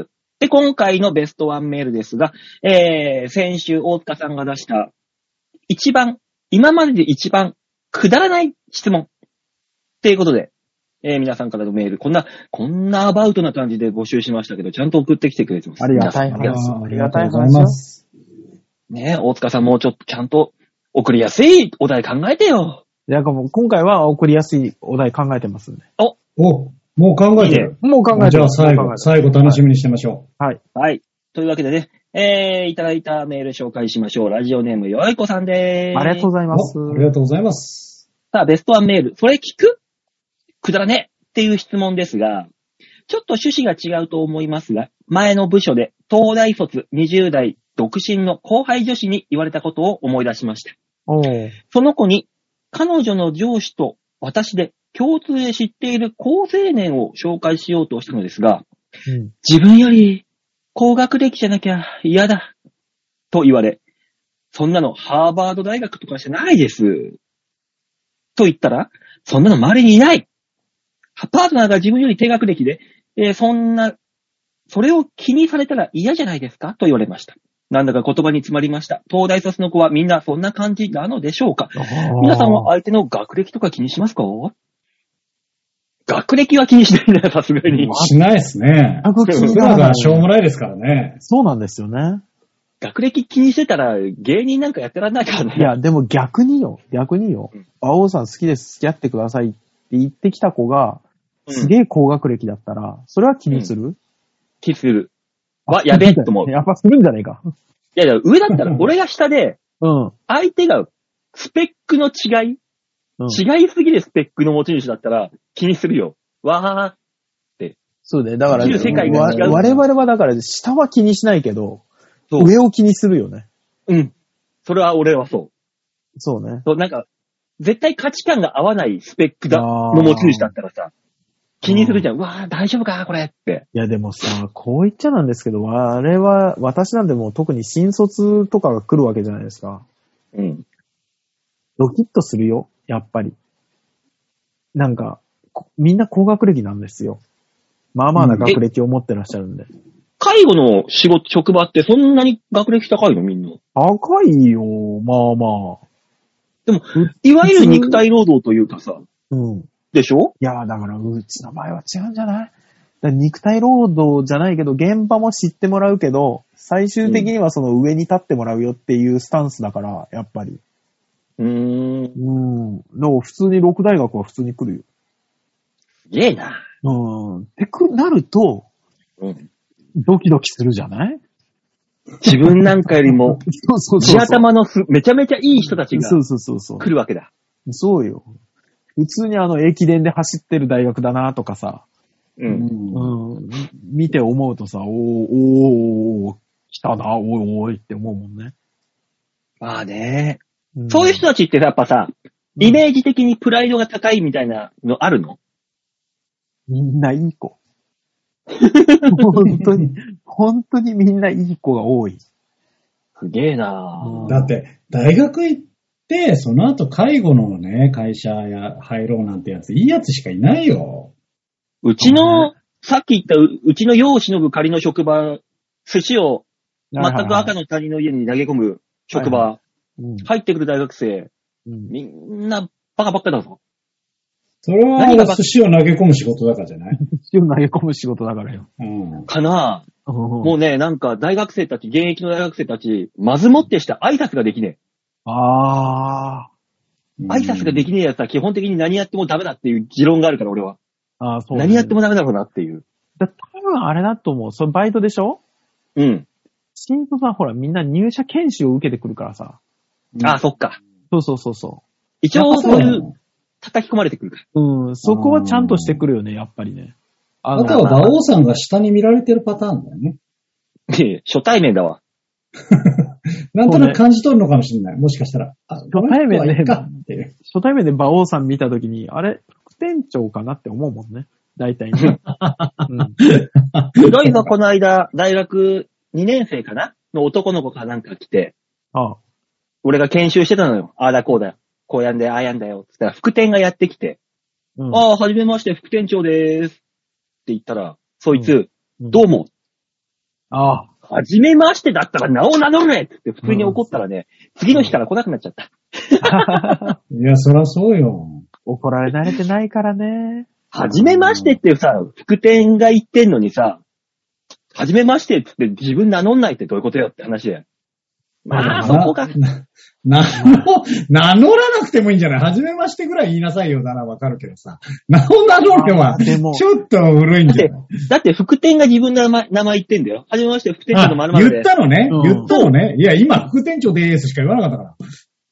で、今回のベストワンメールですが、えー、先週大塚さんが出した、一番、今までで一番くだらない質問。っていうことで、えー、皆さんからのメール、こんな、こんなアバウトな感じで募集しましたけど、ちゃんと送ってきてくれてます。 ありがたい皆さん話。ありがたいありがとうござい話ま。す。 ねえ、大塚さんもうちょっとちゃんと送りやすいお題考えてよ。 じゃあもう今回は送りやすいお題考えてますんで。 お、もう考えてる。 もう考えてじゃあます。 最後、 もう考えて最後楽しみにしてましょはい。 はい。というわけでね、えー、いただいたメール紹介しましょう。ラジオネームよいこさんでーす。 ありがとうございう。 ます。 おありがとうございます。 さあ、ベストワンメール。それ聞く？くだらねっていう質問ですが、ちょっと趣旨が違うと思いますが、前の部署で東大卒にじゅう代独身の後輩女子に言われたことを思い出しました。 おー。 その子に、彼女の上司と私で共通で知っている高青年を紹介しようとしたのですが、 うん。 自分より高学歴じゃなきゃ嫌だと言われ、そんなのハーバード大学とかじゃないですと言ったら、そんなの周りにいない。パートナーが自分より低学歴で、えー、そんな、それを気にされたら嫌じゃないですかと言われました。なんだか言葉に詰まりました。東大卒の子はみんなそんな感じなのでしょうか？皆さんは相手の学歴とか気にしますか？学歴は気にしないな、さすがに。 しないですね。 学歴それらがしょうもないですからね。 そうなんですよね。 学歴気にしてたら芸人なんかやってらんないからね。 いや、でも逆によ、逆によ。馬王さん好きです、付き合ってくださいって言ってきた子が、すげえ高学歴だったら、それは気にする？うん、 気にする。わ、やべえと思う。 やっぱするんじゃねえか。 いやいや、上だったら、俺が下で、 うん。 相手がスペックの違い、うん、違いすぎるスペックの持ち主だったら気にするよ。わーって。 そうね。だから、 世界が違う我々はだから、下は気にしないけど、上を気にするよね。 うん。それは俺はそう。 そうね。 そう、なんか、絶対価値観が合わないスペックだの持ち主だったらさ、気にするじゃん。うわぁ、大丈夫かこれって。 いやでもさ、こう言っちゃなんですけど、あれは、私なんでも特に新卒とかが来るわけじゃないですか。 うん。 ドキッとするよ、やっぱり。なんか、みんな高学歴なんですよ。まあまあな学歴を持ってらっしゃるんで。うん、 介護の仕事、職場ってそんなに学歴高いのみんな。 高いよ、まあまあ。 でも、いわゆる肉体労働というかさ。 うん。 でしょ？ いや、だから、うちの場合は違うんじゃない？だから肉体労働じゃないけど、現場も知ってもらうけど、最終的にはその上に立ってもらうよっていうスタンスだから、やっぱり。 うーん。 うん。だから普通に六大学は普通に来るよ。 すげえな。 うん。ってくなると、 うん。 ドキドキするじゃない？ 自分なんかよりも、 そうそうそう。 地頭のす、めちゃめちゃいい人たちが、 そうそうそうそう。 来るわけだ。 そうよ。普通にあの、駅伝で走ってる大学だなとかさ、 うん。 うん。見て思うとさ、おー、おー、来たな、おいおいって思うもんね。 まあね、 うん。 そういう人たちってやっぱさ、イメージ的にプライドが高いみたいなのあるの？ みんないい子。本当に、本当にみんないい子が多い。 すげえなぁ。だって、大学行って、その後介護のね、会社や入ろうなんてやつ、いいやつしかいないよ。 うちの、さっき言ったう、うちの世を忍ぶ仮の職場、寿司を全く赤の他人の家に投げ込む職場、はいはいうん、入ってくる大学生、うん、みんなバカばっかだぞ。 それは寿司を投げ込む仕事だからじゃない？ 寿司を投げ込む仕事だからよ。 うん、 かなぁ、うん。もうね、なんか大学生たち、現役の大学生たち、まずもってした挨拶ができねえ。 あー。挨拶ができねえやつは基本的に何やってもダメだっていう持論があるから俺は。 あーそう、ね。 何やってもダメだろうなっていう。 だ多分あれだと思う。それバイトでしょ？ うん。 新卒はほらみんな入社研修を受けてくるからさ。 うん、あー、そっか。 そうそうそうそう。 一応そういう、叩き込まれてくるから。 うん、そこはちゃんとしてくるよね、やっぱりね。 あ, あとは馬王さんが下に見られてるパターンだよね。 ええ、初対面だわ。 なんとなく感じ取るのかもしれない。もしかしたら。 初対面で、初対面で馬王さん見たときに、あれ、副店長かなって思うもんね。大体ね。うん。 ひどいぞ、この間、大学にねん生かなの男の子かなんか来て。 ああ。 俺が研修してたのよ。ああだこうだよ。こうやんで、ああやんだよ。つったら、副店がやってきて。うん、ああ、はじめまして、副店長でーす。って言ったら、そいつ、うんうん、どうも。 ああ。 はじめましてだったら名を名乗れって普通に怒ったらね、うん、次の日から来なくなっちゃった。 いや、そらそうよ。 怒られ慣れてないからね。 はじめましてってさ、副店が言ってんのにさ、はじめましてってって自分名乗んないってどういうことよって話で。まあ、そこが。 な、名乗らなくてもいいんじゃない？はじめましてぐらい言いなさいよならわかるけどさ。名を名乗れば、ちょっと古いんじゃない？ だって、だって副店が自分の名前、名前言ってんだよ。はじめまして副店長の〇〇で。 言ったのね、うん、言ったのね。いや、今副店長でーすしか言わなかったから。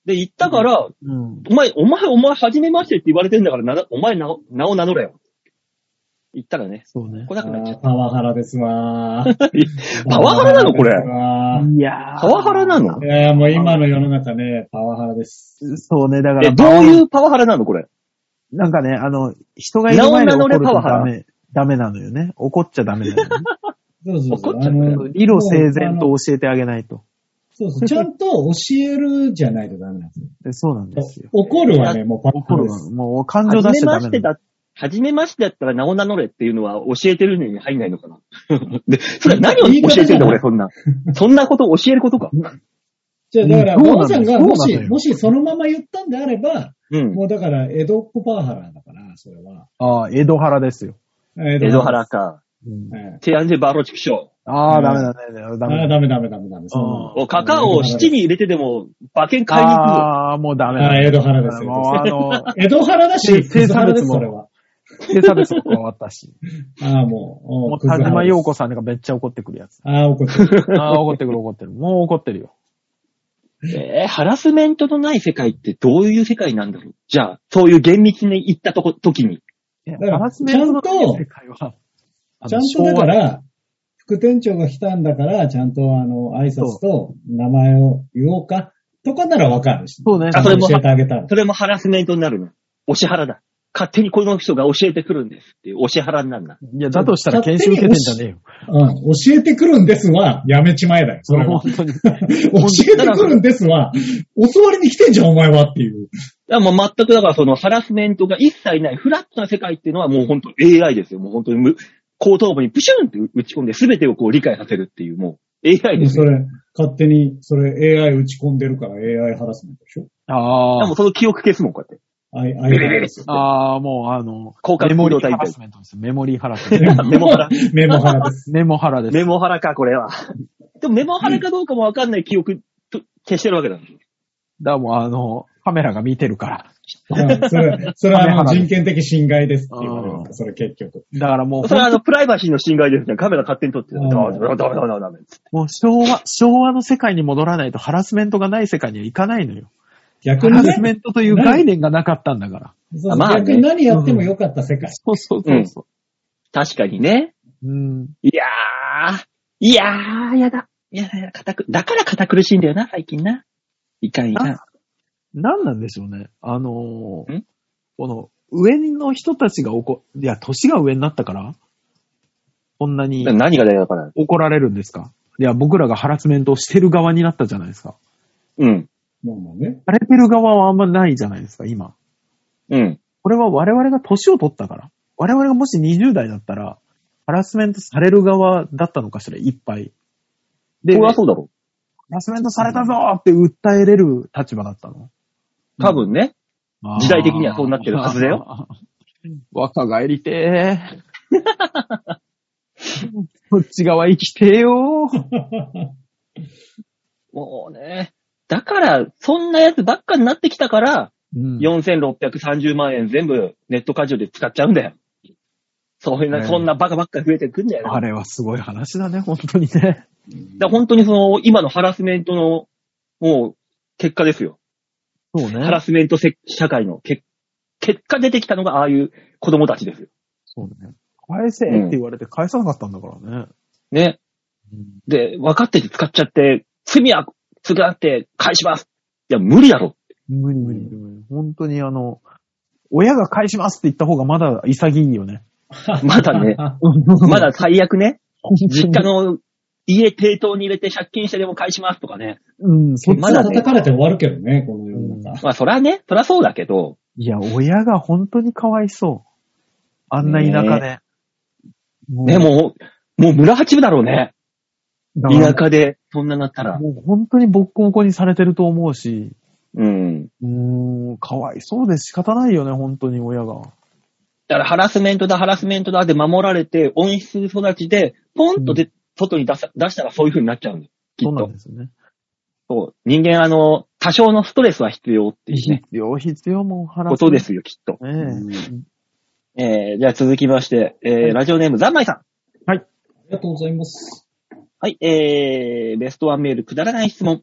で、行ったから、 うん。 お前、お前、お前、はじめましてって言われてんだから、な、お前、名を、名を名乗れよ。言ったらね、 そうね。 来なくなっちゃっあーパワハラですわー。 た。パワハラなのこれ。 いやー。 パワハラなのいやーもう今の世の中ね、パワハラです。 そうね、だから。 え、どういうパワハラなのこれ。 なんかね、あの、人がいる前で怒ると名を名乗れパワハラダメ、ダメなのよね。怒っちゃダメなのよね。 そうそうそう。 怒っちゃったよあの理路整然と教えてあげないと。 そうそう。ちゃんと教えるじゃないとダメなんですよ。 でそうなんですよ。 怒るはね、もうパワハ怒るのラです。 もう感情はじ出しちゃダメなの。 めましてだ、はじめましてだったら名を名乗れっていうのは教えてるのに入んないのかな。で、それは何を教えてるんだ俺、そんな。そんなことを教えることか。 じゃあ、だから、 うん馬場さんがもし、 そうなのよもしそのまま言ったんであれば、 うん。 もうだから、江戸っ子パワハラだから、それは。 ああ、江戸原ですよ。 江江戸原か。 うん、 ええテアンジェバロチクショー。 ああ、 うんダメだね。ダメだ。 ああ、ダメダメダメダメ。そんなのおカカオを七に入れてでも馬券買いに行くよ。 ああ、もうダメだ、 ああ、江戸原ですよ。 もうあの、 江戸原だし、 生クズハラです、 差別もそれは。 警差別も加わったし。 ああ、もう、 もう田島陽子ささんがめっちゃ怒ってくるやつ。 ああ、怒ってる。 ああ、怒ってくる怒ってる。もう怒ってるよ。 えー、ハラスメントのない世界ってどういう世界なんだろう。じゃあ、そういう厳密に行ったとこ、時に。 いやだからハラスメントのちゃんと世界は、あのちゃんとだか、ら、副店長が来たんだから、ちゃんとあの、挨拶と名前を言おうか、とかならわかるし。 そうね。 あそれも教えてあげたら。 それもハラスメントになるの。お支払だ。勝手にこの人が教えてくるんですっていうお支払いになるな。 いや、だとしたら研修受けてんじゃねえよ。 うん、教えてくるんですは、やめちまえだよ。それは。 本当に。 教えてくるんですは、教わりに来てんじゃん、お前はっていう。 いやもう全くだからそのハラスメントが一切ないフラットな世界っていうのはもう本当 エーアイ ですよ。もう本当にむ後頭部にプシュンって打ち込んで全てをこう理解させるっていうもう エーアイ ですよ。 それ、勝手に、それ エーアイ 打ち込んでるから エーアイ ハラスメントでしょ。 ああ。 でもその記憶消すもん、こうやって。 あい、あいですよ。 ああ、もうあの、 広角メモリー機動隊ハラスメントです。メモリーハラスメント。 メモハラ。 メモハラです。 メモハラです。 メモハラか、これは。でもメモハラかどうかもわかんない記憶と消してるわけだ。 だからもうあの、カメラが見てるから。 うんそれ、それはあの人権的侵害ですって言われるんだ、それ結局。 だからもう、 それはあの、プライバシーの侵害ですね。カメラ勝手に撮ってる。 うんダメダメダメダメダメ。 もう昭和、昭和の世界に戻らないとハラスメントがない世界にはいかないのよ。 逆にハラスメね、 ントという概念がなかったんだから。 そうそうまあね逆に何やってもよかった世界。 そうそうそうそ確かにね。 う。うん。 いやー、いやー、やだ。いやいや、堅く、だから堅苦しいんだよな、最近な。いかんいかん。 なんなんでしょうね。あのーんこの、上の人たちが怒、いや、年が上になったからこんなに何がだよ、だから。 怒られるんですか？いや、僕らがハラスメントをしてる側になったじゃないですか。 うん。 もうもうね。 されてる側はあんまないじゃないですか、今。 うん。 これは我々が年を取ったから。我々がもしにじゅう代だったら、ハラスメントされる側だったのかしら、いっぱい。で、 そりゃハそうだろラスメントされたぞーって訴えれる立場だったの。 う。多分ね。時代的にはそうなってるはずだよ。 若返りてー。こっち側生きてーよー。 もうね。だから、そんなやつばっかになってきたから、 うんよんせんろっぴゃくさんじゅうまんえん全部ネットカジノで使っちゃうんだよ。そういうな、 ねそんなバカばっか増えてくんだよな。 あれはすごい話だね、本当にね。 だから本当にその、今のハラスメントの、もう、結果ですよ。 そうね。 ハラスメントせ社会のけ結果出てきたのがああいう子供たちですよ。 そうね。返せって言われて返さなかったんだからね。 ね。で、分かってて使っちゃって、罪は償って返します。いや、無理だろ。 無理無理無理。本当にあの、親が返しますって言った方がまだ潔いよね。 まだね。まだ最悪ね。実家の家抵当に入れて借金してでも返しますとかね。 うん、そっちまだね叩かれて終わるけどね、この世の中。 まあそらね、そらそうだけど、 いや、親が本当にかわいそう。あんな田舎で。もうね、もう、もう村八分だろうね。 だから田舎で、そんななったら。 もう本当にボッコボコにされてると思うし、 うん。 うーん、かわいそうで仕方ないよね、本当に親が。 だからハラスメントだ、ハラスメントだって守られて、温室育ちで、ポンとで、外に出さ出したらそういう風になっちゃうんだよ。きそうっと。 なんですよね。 そう。人間あの、多少のストレスは必要っていうね、 必要、必要もう腹ことですよ、きっと。 ねえ。 えー、じゃあ続きまして、えー、ラジオネーム、ざんまいさん。 ありがとうございます。 はい、えー、ベストワンメール、くだらない質問。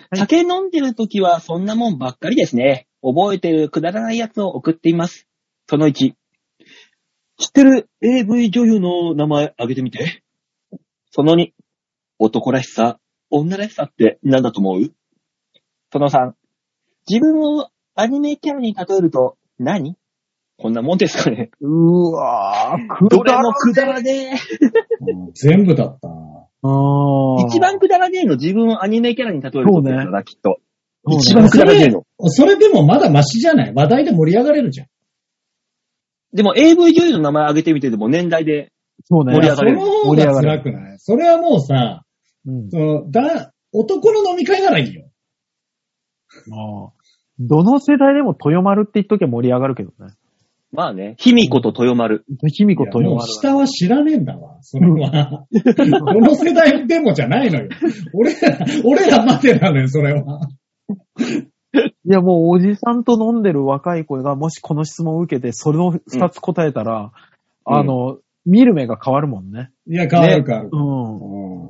酒飲んでる時はそんなもんばっかりですね。覚えてるくだらないやつを送っています。そのいち。知ってる エーブイ 女優の名前挙げてみて。そのに。男らしさ、女らしさって何だと思う？そのさん。自分をアニメキャラに例えると何？こんなもんですかね。 うわぁ、 どれもくだらねえ。 うん全部だったな。 あ一番くだらねえの自分をアニメキャラに例えるとだな、きっと。 そうね一番くだらねえの。 それでもまだマシじゃない？話題で盛り上がれるじゃん。 でも エーブイ 女優の名前挙げてみてでも年代でそうね。 盛り上がれるその方が辛くない？それはもうさ、 うんそのだ男の飲み会ならいいよ。 ああどの世代でも豊丸って言っときゃ盛り上がるけどね。 まあね、卑弥呼と豊丸。 卑弥呼豊いやもう丸。 下は知らねえんだわ。それは。どの世代でもじゃないのよ。俺ら、俺らまでなのよ、それは。 いやもうおじさんと飲んでる若い子がもしこの質問を受けてそれを二つ答えたら、 うん、 あの、見る目が変わるもんね。 いや、変わる変わる。 うん。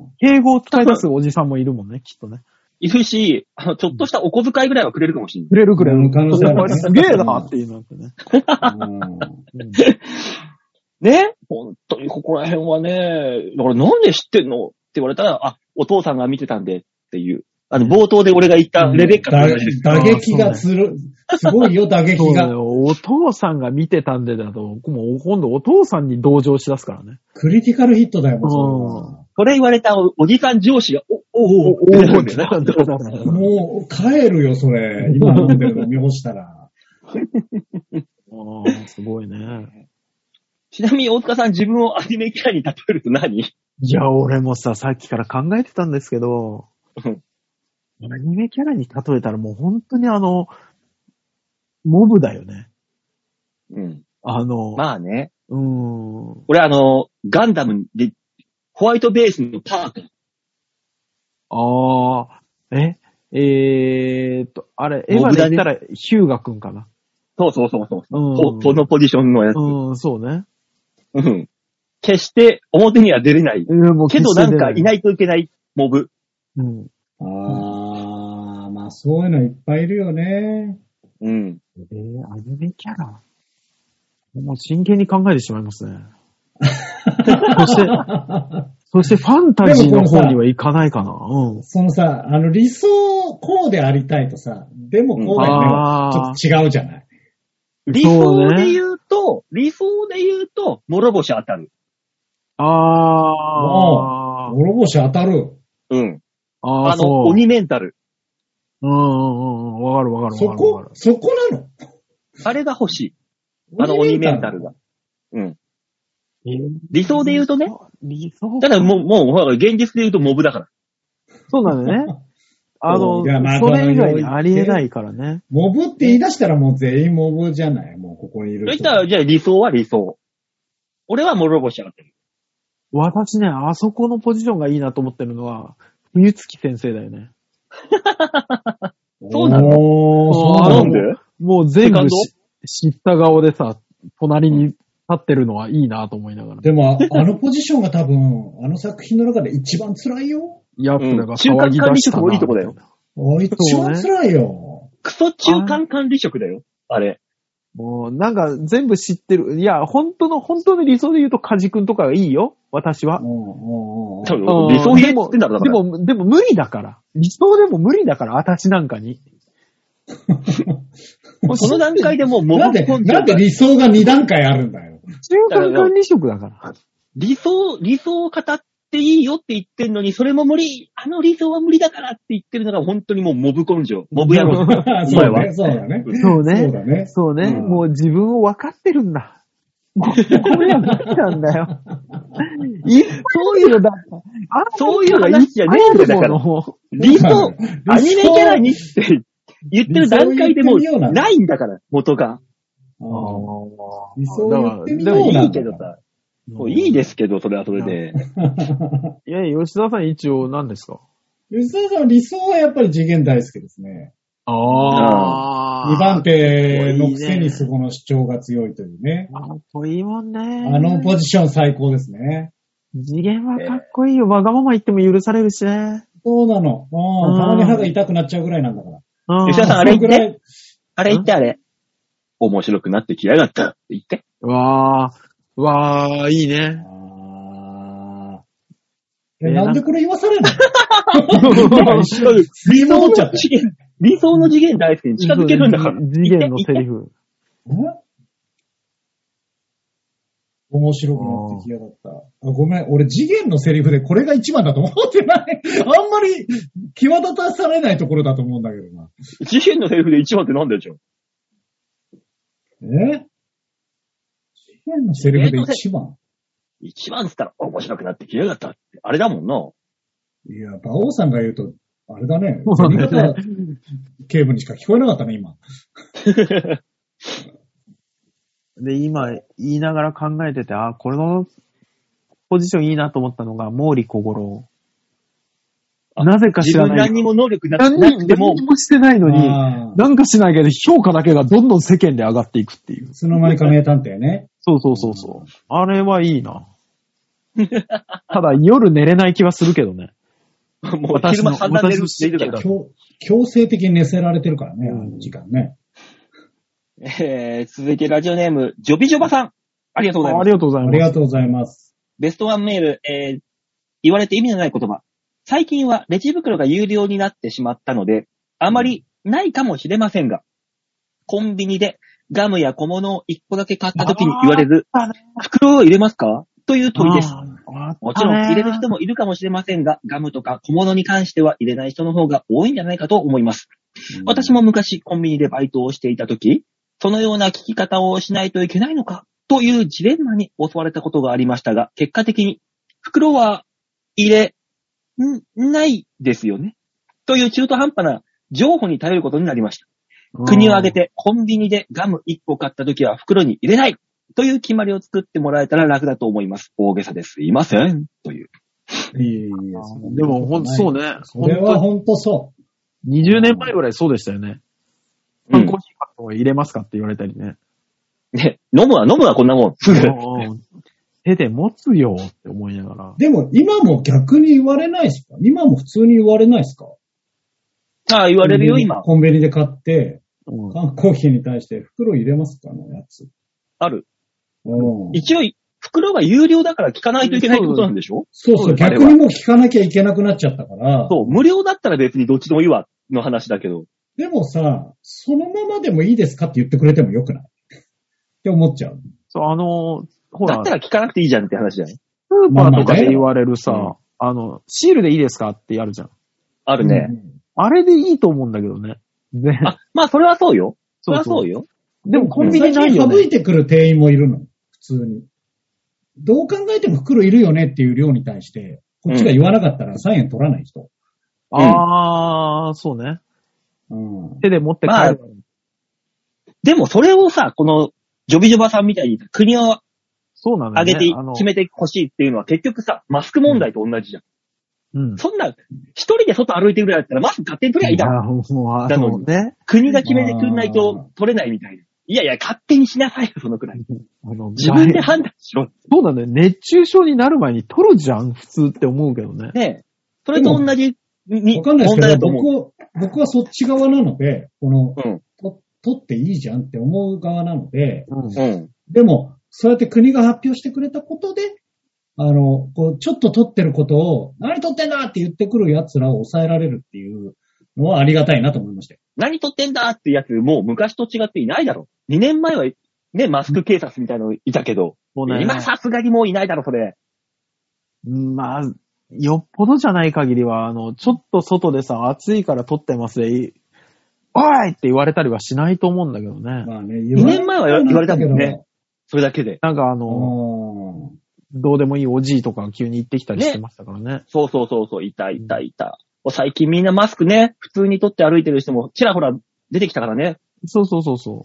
うん、 敬語を使い出すおじさんもいるもんね、きっとね。 いるし、あの、ちょっとしたお小遣いぐらいはくれるかもしれない。 くれるくれる。 可能性あるねすげえなっていうのってね。 うんね本当にここら辺はね、だからなんで知ってんのって言われたら、あ、お父さんが見てたんでっていう。あの、冒頭で俺が言ったレベッカと同じです。 打撃がつる、すごいよ、打撃が。 そうだよ。お父さんが見てたんでだと、もう今度お父さんに同情しだすからね。 クリティカルヒットだよ、もうそれは。 それ言われたお、おじさん上司が、お、お、お、お、 おってなるんだよね。 もう、帰るよ、それ。今飲んでる飲み干したら。 ああ、すごいね。 ちなみに大塚さん自分をアニメキャラに例えると何？ いや、俺もさ、さっきから考えてたんですけど、 うんアニメキャラに例えたらもう本当にあの、モブだよね。 うん。 あの、 まあね。 うーん。 俺あの、ガンダムで、ホワイトベースのパーク。 ああ、ええーっと、あれ、エヴァで言ったらヒューガくんかな。 そうそうそうそう。 うん。 ここのポジションのやつ。 うん、そうね。 うん。決して表には出れない。 うん、もうけどなんかいい。 ないといけないモブ。 うん。 あー、まあそういうのいっぱいいるよね。 うん。 えー、アニメキャラもう真剣に考えてしまいますね。そして、そしてファンタジーの方にはいかないかな。うん。 そのさ、あの理想こうでありたいとさ、でもこうだよね。 あーちょっと違うじゃない。 理想で言うと、理想で言うと、諸星当たる。 あー。 諸星当たる。 うん。 あー、 あの、 そう。 鬼メンタル。 うんうんうん。わかるわかるそわかるわかる。 こそこなのあれが欲しい。あの鬼メンタルが。うん。 えー理想で言うとね。 理想ただもう、もう、ほら、現実で言うとモブだから。 そうなんだよね。あの、 いやまあそれ以外にありえないからね。 モブって言い出したらもう全員モブじゃないもうここにいる人。 そしたら、じゃあ理想は理想。俺は諸星当たる。 私ね、あそこのポジションがいいなと思ってるのは、冬月先生だよね。 そうなのおー、そうなのなんでもう全セカンド部し知った顔でさ、隣に立ってるのはいいなと思いながら。 でも、あのポジションが多分、あの作品の中で一番辛いよ。 ヤップラが騒ぎ出したな。 うん中間管理職もいいとこだよあ一番辛いよ。 クソ中間管理職だよ。あれ。 もう、なんか全部知ってる。いや、本当の、本当の理想で言うとカジ君とかがいいよ。私は。 うんうんうんうん多分理想言えって言ってんだろ、だから。 でも、でも無理だから。理想でも無理だから、私なんかに。 その段階でもうモなんで、 ブ根性なんで理想がに段階あるんだよ。 中間管理職だから。 理想、理想を語っていいよって言ってんのに、それも無理、あの理想は無理だからって言ってるのが本当にもうモブ根性。モブ野郎。 そうだね、そうだね。 そうね。 そうだね。 そうね。 うんもう自分を分かってるんだ。これは無理なんだよ。いっぱいそういうのだ。 そういうのがいいじゃねえんだよ、だから。理想、アニメキャラにって言ってる段階でもうないんだから、元が。 あー理想を言ってみよういないけどさ。もういいですけど、それはそれで。 いや、吉田さん一応何ですか？ 吉田さん、理想はやっぱり次元大好きですね。 あにばん手のくせにそこの主張が強いというね。 かっこいいもんね。 あのポジション最高ですね。 次元はかっこいいよ。わがまま言っても許されるしね。 そうなの。うん。たまに歯が痛くなっちゃうぐらいなんだから。 吉田さん、あれ言って。あれ言って、 んあれ。面白くなってきやがったって言って。 わー、わー、いいね。 あー。え、なんでこれ言わされるの一緒に振り戻っちゃった。 理想の次元大好きに近づけるんだから。 次元のセリフ。 え面白くなってきやがった。あ、ごめん。俺次元のセリフでこれが一番だと思ってない。あんまり際立たされないところだと思うんだけどな。 次元のセリフで一番ってなんだよ、じゃん。 え次元のセリフで一番一番って言ったら面白くなってきやがったって。あれだもんな。 いや、馬王さんが言うと、あれだね。銭形警部にしか聞こえなかったね、今。 で、今、言いながら考えてて、あ、これのポジションいいなと思ったのが、毛利小五郎。なぜか知らない。 自分何にも能力なくても。何にもしてないのに、なんかしないけど、評価だけがどんどん世間で上がっていくっていう。 いつの間にか名探偵ね。 そうそうそうそう。あれはいいな。ただ、夜寝れない気はするけどね。 もう昼間散々寝るって言うけど。 強制的に寝せられてるからね、あの時間ね。 えー、続いてラジオネーム、ジョビジョバさん。ありがとうございます。 ありがとうございます。 ありがとうございます。 ベストワンメール、えー、言われて意味のない言葉。最近はレジ袋が有料になってしまったので、あまりないかもしれませんが、コンビニでガムや小物を一個だけ買った時に言われる、袋を入れますかという問いです。もちろん入れる人もいるかもしれませんが、ガムとか小物に関しては入れない人の方が多いんじゃないかと思います。私も昔コンビニでバイトをしていた時、そのような聞き方をしないといけないのかというジレンマに襲われたことがありましたが、結果的に袋は入れんないですよね。という中途半端な情報に頼ることになりました。国を挙げてコンビニでガムいっこ買った時は袋に入れないという決まりを作ってもらえたら楽だと思います。大げさですいません。という。 いいいいでもほんとそうね。 それはほんとそう。 にじゅうねんまえぐらいそうでしたよね。缶コーヒーカットを入れますかって言われたりね。 ね、飲むわ飲むわこんなもん。 手で持つよって思いながら。 でも今も逆に言われないですか？今も普通に言われないですか？ ああ、言われるよ今。 コンビニで買って、うん、缶コーヒーに対して袋入れますかのやつ。 ある。 うん、 一応、袋が有料だから聞かないといけないってことなんでしょ？ そうそう、逆にもう聞かなきゃいけなくなっちゃったから。 そう、無料だったら別にどっちでもいいわの話だけど。 でもさ、そのままでもいいですかって言ってくれてもよくないって思っちゃう。 そう、あの、ほら。 だったら聞かなくていいじゃんって話じゃない？ スーパーとかで言われるさ、まあまあね、あの、シールでいいですかってやるじゃん。 あるね。 うん、あれでいいと思うんだけどね。ねあ、まあそれはそうよ。それはそうよ。 でもコンビニないよね。 省いてくる店員もいるの。普通に。どう考えても袋いるよねっていう量に対して、こっちが言わなかったらさんえん取らない人。 うん、あー、そうね。うん、手で持って帰る、まあ。 でもそれをさ、このジョビジョバさんみたいに国をそうなんだ上げて決めてほしいっていうのは結局さ、マスク問題と同じじゃん。うん。そんな、一人で外歩いてるぐらいだったらマスク勝手に取りゃいいだろ。もう、だのにね。国が決めてくんないと取れないみたいな。いやいや、勝手にしなさいよ、そのくらい。あの自分で判断しろ。 そうだね。熱中症になる前に取るじゃん、普通って思うけどね。 ねえ。それと同じに、 わかんないですけど、僕、僕はそっち側なので、この、うん、と取っていいじゃんって思う側なので、うん、でも、そうやって国が発表してくれたことで、あの、こう、ちょっと取ってることを、何取ってんだって言ってくる奴らを抑えられるっていうのはありがたいなと思いましたよ。 何取ってんだってやつ、もう昔と違っていないだろ。にねんまえはね、マスク警察みたいなのいたけど、もうね、今さすがにもういないだろ、それ。 まあ、よっぽどじゃない限りは、あの、ちょっと外でさ、暑いから取ってますで、おいって言われたりはしないと思うんだけどね。まあね、にねんまえは言われたけどね。それだけで。 なんかあの、どうでもいいおじいとか急に行ってきたりしてましたからね。ね、 そうそうそうそう、いたいたいた。うん、最近みんなマスクね、普通に取って歩いてる人もちらほら出てきたからね。 そうそうそうそう。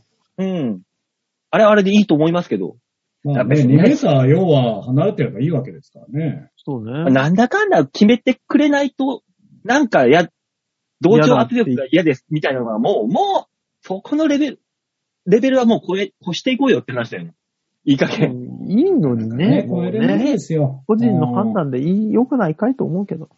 うん。あれはあれでいいと思いますけど。 まあね、にメーター要は離れてればいいわけですからね。 そうね。 なんだかんだ決めてくれないと、なんかや、同調圧力が嫌ですみたいなのがもう、もう、そこのレベル、レベルはもう超え、越していこうよって話だよね。いい加減。 いいのにね。 超えれないですよ。 個人の判断でいい、良くないかいと思うけど。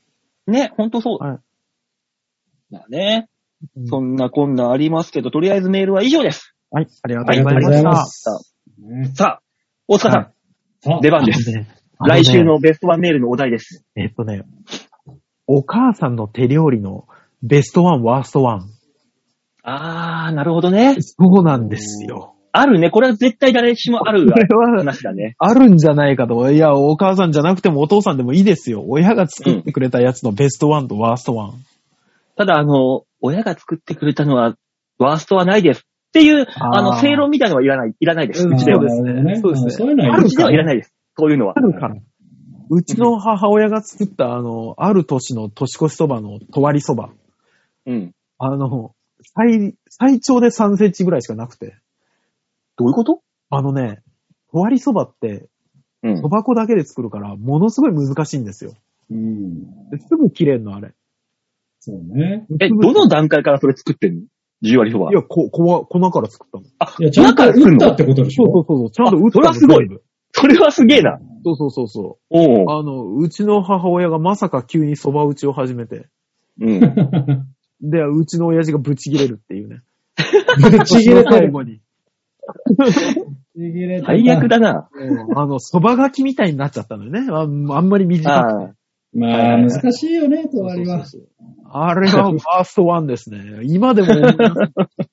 ね、ほんとそう。 はい。 まあね、 うんそんなこんなありますけど、とりあえずメールは以上です。 はい、ありがあとうごりがとうございざいました。 ます。ねさあ、大塚さん、 はいさあ出番です。 ねあのね来週のベストワンメールのお題です。 えっとね、お母さんの手料理のベストワン、ワーストワン。 あー、なるほどね。 そうなんですよ。 あるね。これは絶対誰しもあるこれは話だね。 あるんじゃないかと。いや、お母さんじゃなくてもお父さんでもいいですよ。親が作ってくれたやつのベストワンとワーストワン。 ただ、あの、親が作ってくれたのは、ワーストはないです。っていう、あの、 あー正論みたいなのはいらない、いらないです。うちでは。 そうですねなるほどそうですねそういうのはいいうちではいらないです。そういうのはあ。るから。うちの母親が作った、あの、ある年の年越しそばのとわりそば。 うん。 あの、最、最長でさんセンチぐらいしかなくて。 どういうことあのね、とわりそばって、 うんそ。ば粉だけで作るから、ものすごい難しいんですよ。 うん。 ですぐ切れんの、あれ。 そうね。 え、どの段階からそれ作ってんの？じゅう割そば。 いや、こ、こわ、粉から作ったの。 あ、 いや、ちゃんと粉から作るの打ったってことでしょそうそうそうそう。ちゃんと打ったの。 あそれはすごい全部それはすげえな。 そうそうそうそおう。 う。 あの、うちの母親がまさか急に蕎麦打ちを始めて、 うん。 で、うちの親父がブチ切れるっていうね。 ぶち切れてる。 最後に。 ぶち切れてた最悪だな。 うんあの、蕎麦がきみたいになっちゃったのよね。ああんまり短くて。 ああ。 まあ、難しいよね、とわりは。 あれがワーストワンですね。今でも思います。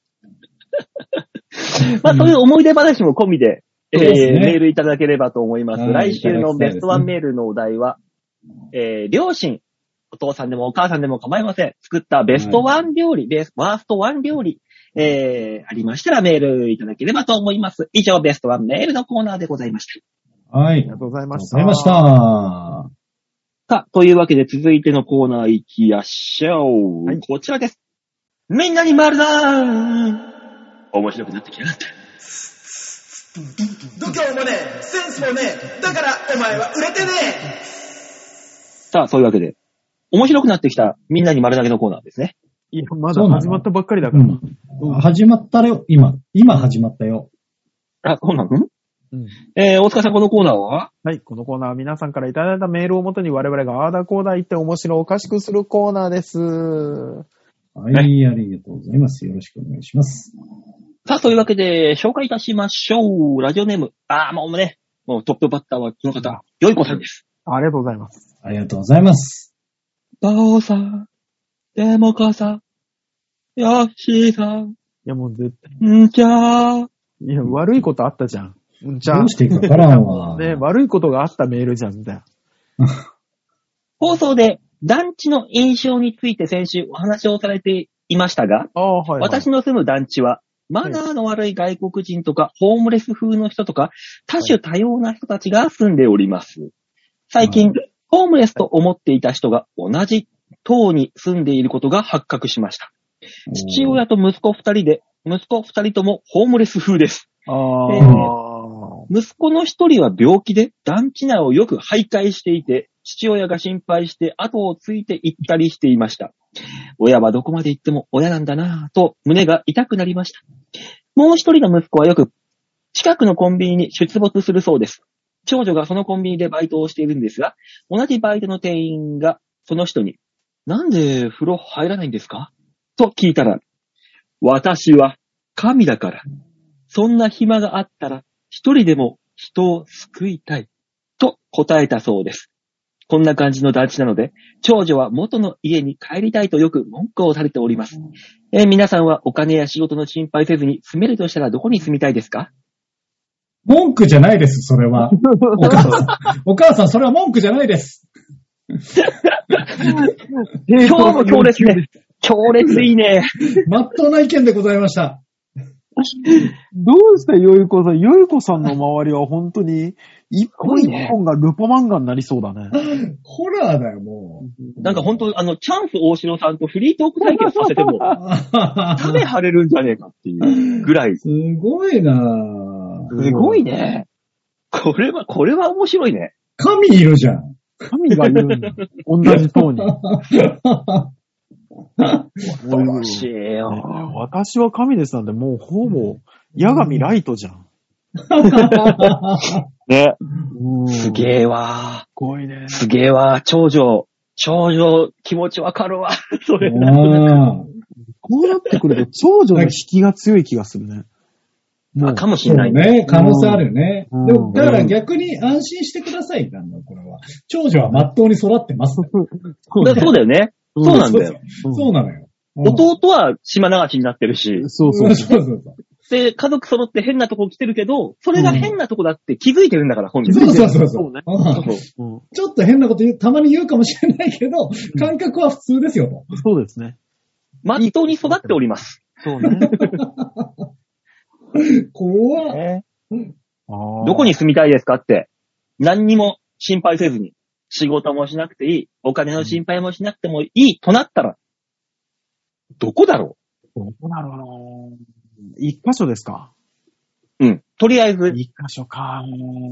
まあ、そういう思い出話も込みで、えーそうですねメールいただければと思います。 はい来週のベストワンいただきたいですねメールのお題は、えー両親、お父さんでもお母さんでも構いません。作ったベストワン料理、ベスワーストワン料理、えー、ありましたらメールいただければと思います。以上、ベストワンメールのコーナーでございました。 はい。 ありがとうございました。 ありがとうございました。 さあ、というわけで続いてのコーナー行きやしょう。 はいこちらです。みんなに丸だーん面白くなってきやがった。 度胸もねえ、センスもねえ、だからお前は売れてねさあ、そういうわけで、面白くなってきたみんなに丸投げのコーナーですね。 いや、まだ始まったばっかりだから。 うん。始まったよ、今。今始まったよ。 あ、そうなのうんえー、大塚さん、このコーナーははい、このコーナーは皆さんからいただいたメールをもとに我々があーだこーだ言って面白おかしくするコーナーです。 はい、ありがとうございます。よろしくお願いします。 さあ、というわけで、紹介いたしましょう。ラジオネーム。あー、もうね、もうトップバッターはこの方、よいこさんです。 ありがとうございます。 ありがとうございます。 父さん、でも母さん、よしさん、 いや、もう絶対。 んじゃー。 いや、悪いことあったじゃん。じゃあどう、していいかわからんわ。 ね、悪いことがあったメールじゃん、みたいな。 放送で団地の印象について先週お話をされていましたが、 ああ、はい、はい。 私の住む団地は、マナーの悪い外国人とか、ホームレス風の人とか、多種多様な人たちが住んでおります。最近、 はホームレスと思っていた人が同じ棟に住んでいることが発覚しました。父親と息子二人で、息子二人ともホームレス風です。 ああ、 え息子の一人は病気で団地内をよく徘徊していて、父親が心配して後をついて行ったりしていました。親はどこまで行っても親なんだなぁと胸が痛くなりました。もう一人の息子はよく近くのコンビニに出没するそうです。長女がそのコンビニでバイトをしているんですが、同じバイトの店員がその人に、なんで風呂入らないんですかと聞いたら、私は神だから、そんな暇があったら一人でも人を救いたいと答えたそうです。こんな感じの団地なので、長女は元の家に帰りたいとよく文句をされております。えー皆さんはお金や仕事の心配せずに住めるとしたらどこに住みたいですか？ 文句じゃないです、それは。お母さん、お母さん、それは文句じゃないです。 今日も強烈ね。強烈いいね。 まっとうな意見でございました。 どうしたよいこさん。よいこさんの周りは本当に、一本一本がルポ漫画になりそうだね。 ホラーだよ、もなんか本当あの、チャンス大城さんとフリートーク対決させても、 う。 ため張れるんじゃねえかっていうぐらい。 すごいなぁ。 すごいね。これは、これは面白いね。 神いるじゃん。 神が言うんだ。同じ塔に。 恐ろしいよ。 私は神ですなんてもうほぼ、矢神ライトじゃん。 ね。 うんすげえわ。 すごいね。 すげえわ。長女、 長女、気持ちわかるわ。それ。 ああ。 こうなってくると、長女の引きが強い気がするね。 あ、かもしそうれないね。可能性あるよね。 うんでも、だから逆に安心してくださいなんだ、これは。長女は真っ当に育ってます。 だそうだよね。 うんそうなんだよ。 そうそうなのよ。うん弟は島流しになってるし、 そうそうそ。 そううそうそう。 で、家族揃って変なとこ来てるけど、それが変なとこだって気づいてるんだから、本人。 そうそうそうそうねうんそううんちょっと変なこと言う、たまに言うかもしれないけど、感覚は普通ですよと。 そうですね。 まっとうに育っております。 そうね。 怖っ。 ねどどこに住みたいですかって、何にも心配せずに、仕事もしなくていい、お金の心配もしなくてもいいとなったら、どこだろどこだろうな。一箇所ですか？ う。うん。とりあえず、 一箇所か。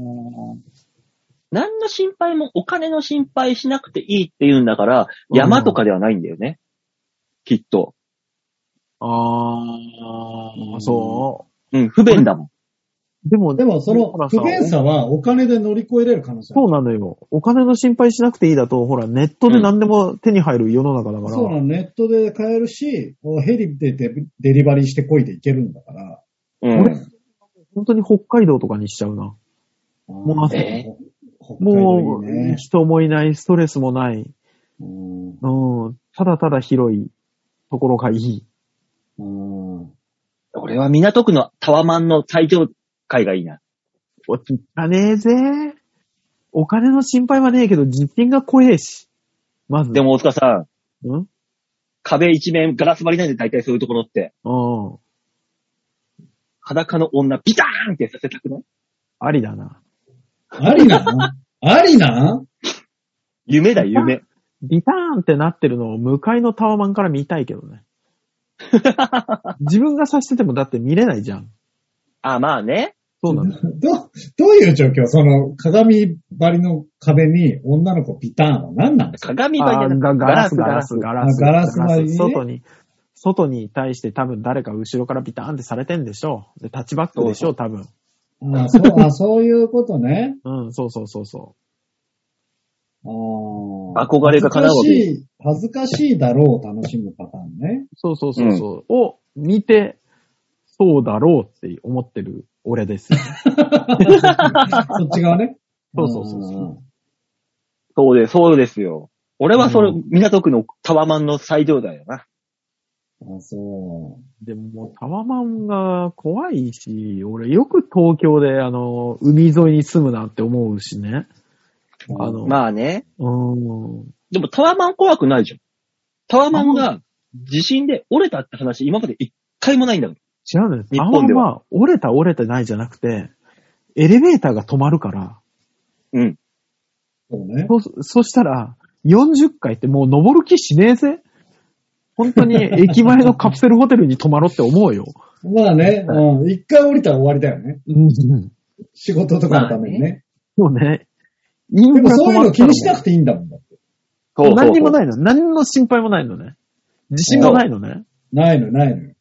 何の心配もお金の心配しなくていいって言うんだから、 うん山とかではないんだよね。きっと。 あー、そうん、不便だもん。 う。でも、 でもそのほらさ不便さはお金で乗り越えれる可能性ある。 そうなのよ。お金の心配しなくていいだと、ほら、ネットで何でも手に入る世の中だから。 そうなの、ネットで買えるし、ヘリでデデリバリーしてこいでいけるんだから。 うん。 俺本当に北海道とかにしちゃうな。もうえ北海道も、 いいうね。 人もいない、ストレスもない。 うんうん。ただただ広いところがいい。 うん俺は港区のタワマンの最上階がいいな。 おちったねえぜ。お金の心配はねえけど、実験が怖えし。まず。 でも大塚さん、 うん壁一面ガラス張りなんで大体そういうところって、 うん。 裸の女ビターンってさせたくない？ ありだな。 ありなありな夢だ、夢。 ビターンってなってるのを向かいのタワマンから見たいけどね。自分がさしててもだって見れないじゃん。 あ、まあね。 そうなの。 ど、どういう状況？その鏡張りの壁に女の子ピターンは何なんですか？ 鏡張りじゃなくてあーガガラス、ガラス、ガラス。 あガラス張りね外に、外に対して多分誰か後ろからビターンってされてんでしょう。で、タッチバックでしょう、多分。 あそうあ、そういうことね。 うん、そうそうそうそあー憧れが叶うわけ恥ずかしい、恥ずかしいだろうを楽しむパターンね。 う。そうそうそうそう。を見て、そうだろうって思ってる俺ですよね。 そっち側ね。 そうそうそうそうそうです、そうですよ。俺はそれ、 うん港区のタワマンの最上だよな。 あ、そでももうタワマンが怖いし、俺よく東京であの、海沿いに住むなって思うしね。 う。 あの、 まあね。 うーん。 でもタワマン怖くないじゃん。タワマンが地震で折れたって話今まで一回もないんだもん。 違うのよ。 日タワ本ではマンは折れた折れてないじゃなくて、エレベーターが止まるから、 うん。 そうね。 そ、そしたら、よんじゅっかいってもう登る気しねえぜ。本当に駅前のカプセルホテルに泊まろって思うよ。 まあね、うん。一回降りたら終わりだよね。 うん。 仕事とかのためにね。 そうね。インフラでもそういうの気にしなくくていいんだもんだって。 そうそうそう。 何にもないの。何の心配もないのね。自信もないのね。 ないの、ないのよ。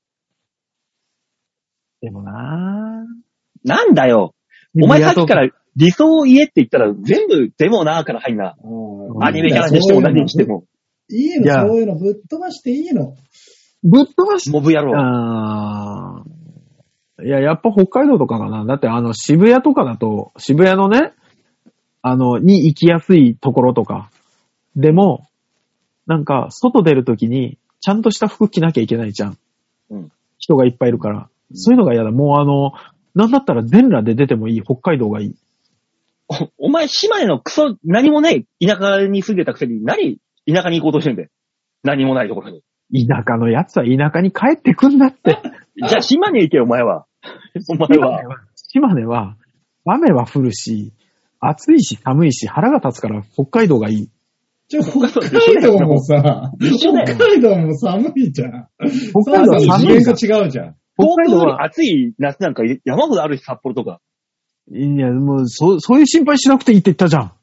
でもなぁ。 なんだよ。お前さっきから理想を言えって言ったら全部でもなーから入んな。 うんアニメキャラにしても何にしても。 いいいやの、そういうのぶっ飛ばしていいの。 ぶっ飛ばしモブ野郎。 あーいや、やっぱ北海道とかかな。だってあの渋谷とかだと、渋谷のね、あの、に行きやすいところとか。でも、なんか、外出るときに、ちゃんとした服着なきゃいけないじゃん。 うん。 人がいっぱいいるから。そういうのが嫌だ。もうあの、なんだったら全裸で出てもいい。北海道がいい。 お、お前島根のクソ何もない田舎に住んでたくせに何田舎に行こうとしてんだよ。何もないところに。 田舎のやつは田舎に帰ってくんだって。 じゃあ島根行けよ、お前は。お前は。 島根は、雨は降るし、暑いし寒いし腹が立つから北海道がいい。 ちょ、北海道もさ、 一緒だよ北海道も寒いじゃん。 北海道は寒い次じゃん。 元が違うじゃん。 北海道東京よりは、 暑い夏なんか山ほどあるし、札幌とか。 いや、もう、そ、そういう心配しなくていいって言ったじゃん。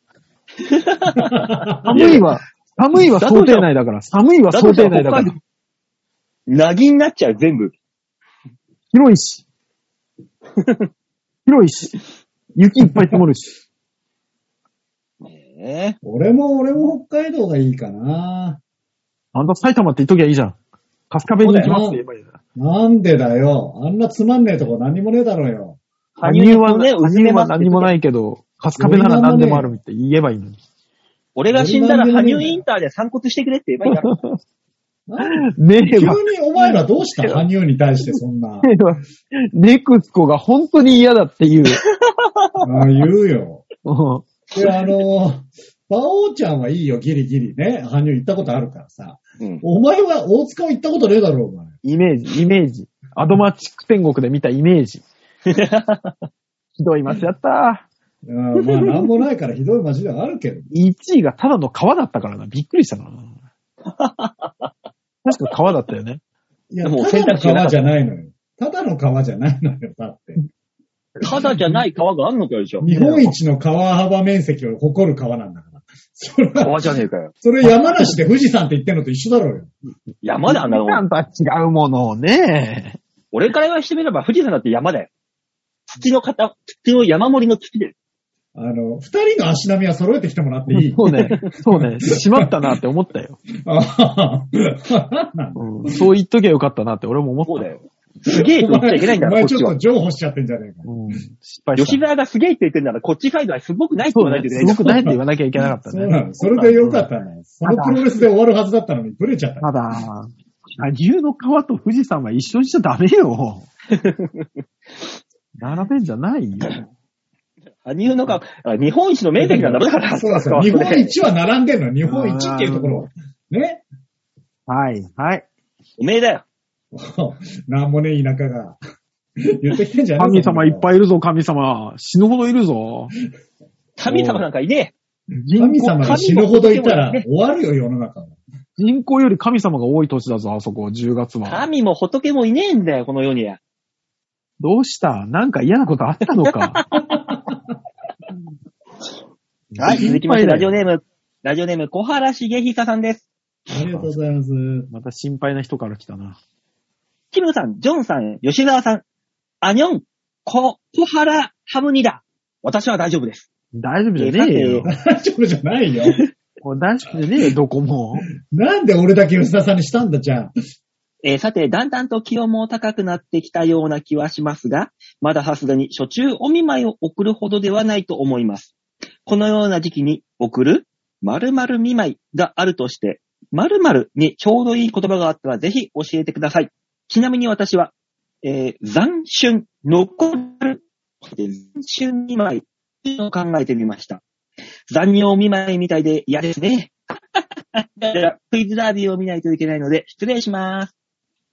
寒いは、寒いは想定内だから。寒いは想定内だから。 なぎになっちゃう、全部。 広いし。広いし。雪いっぱい積もるし。 ねね俺も、俺も北海道がいいかな。 あんた埼玉って言っときゃいいじゃん。春日部に行きますって言えばいいじゃん。 なんでだよ。あんなつまんねえとこ何もねえだろうよ。 羽生はね、羽生はうずめます何もないけど、春日部なら何でもあるって言えばいいのに。 俺が死んだら羽生インターで散骨してくれって言えばいいんだろ。 ねえ急にわ。 お前らどうした羽生に対してそんな。 ネクスコが本当に嫌だっていう。 あ言うよ。 うんで、あの、馬王ちゃんはいいよ、ギリギリね。羽生行ったことあるからさ。 うん。 お前は大塚は行ったことねえだろ、お前。 イメージ、イメージ。アドマチック天国で見たイメージ。ひどい街やった。 うんまあ、なんもないからひどい街ではあるけど。 いちいがただの川だったからな。びっくりしたな。確か川だったよね。 いや、 もうただの川じゃないのよ。ただの川じゃないのよ、だって。 ただじゃない川があんのかよ、でしょ。 日本一の川幅面積を誇る川なんだから。それは、 川じゃねえかよ。 それ山梨で富士山って言ってんのと一緒だろうよ。 山だ、あんなの。 富士山とは違うものをね。 俺から言わしてみれば富士山だって山だよ。土の型、土の山盛りの土で。 あの、二人の足並みは揃えてきてもらっていいそうね。そうね。しまったなって思ったよ。 ああなんだうん、そう言っときゃよかったなって俺も思った。 そうだよ。すげえと言っちゃいけないんだろ、 お前ちょっとこっちは。 譲歩しちゃってんじゃねえか。 うん、失敗した。 吉沢がすげえって言ってんなら、こっちサイドはすごくないってそうね。 言わないといけないんだすごくないって言わなきゃいけなかったね。 そうなの。それでよかったね。そのプロレスで終わるはずだったのに、ブレちゃった。 ただ、羽生の川と富士山は一緒にしちゃダメよ。並べんじゃないよ。 羽生のか、日本一の名石なんだろ、だから。 そうそう。日本一は並んでんの。日本一っていうところは。ね。 はい、はい。 おめえだよ。 なんもねえ田舎が。言ってきてんじゃねえ神様いっぱい。 いいるぞ、神様。死ぬほどいるぞ。 神様なんかいね神様が死ぬほどいたら終わるよ、世の中は。 人口より神様が多い土地だぞ、あそこ、じゅうがつえ。 は。 神も仏もいねえんだよ、この世には。 どうしたなんか嫌なことあったのかはい、続きまして、ラジオネネーム、ラジオネーム、小原茂久さんです。 ありがとうございます。 また心配な人から来たな。 キムさん、ジョンさん、吉沢さん、アニョン、コ、小原ハムニダ。私は大丈夫です。 大丈夫じゃねえよ。 大丈夫じゃないよ。 もう大丈夫じゃねえよ、どこも。 なんで俺だけ吉田さんにしたんだ、じゃあ。 えーさて、だんだんと気温も高くなってきたような気はしますが、まださすがに初中お見舞いを送るほどではないと思います。このような時期に送る〇〇見舞いがあるとして、〇〇にちょうどいい言葉があったらぜひ教えてください。ちなみに私は、えー、残春、残る、残春見舞いを考えてみました。残尿見舞いみたいで嫌ですね。では、クイズダービーを見ないといけないので、失礼します。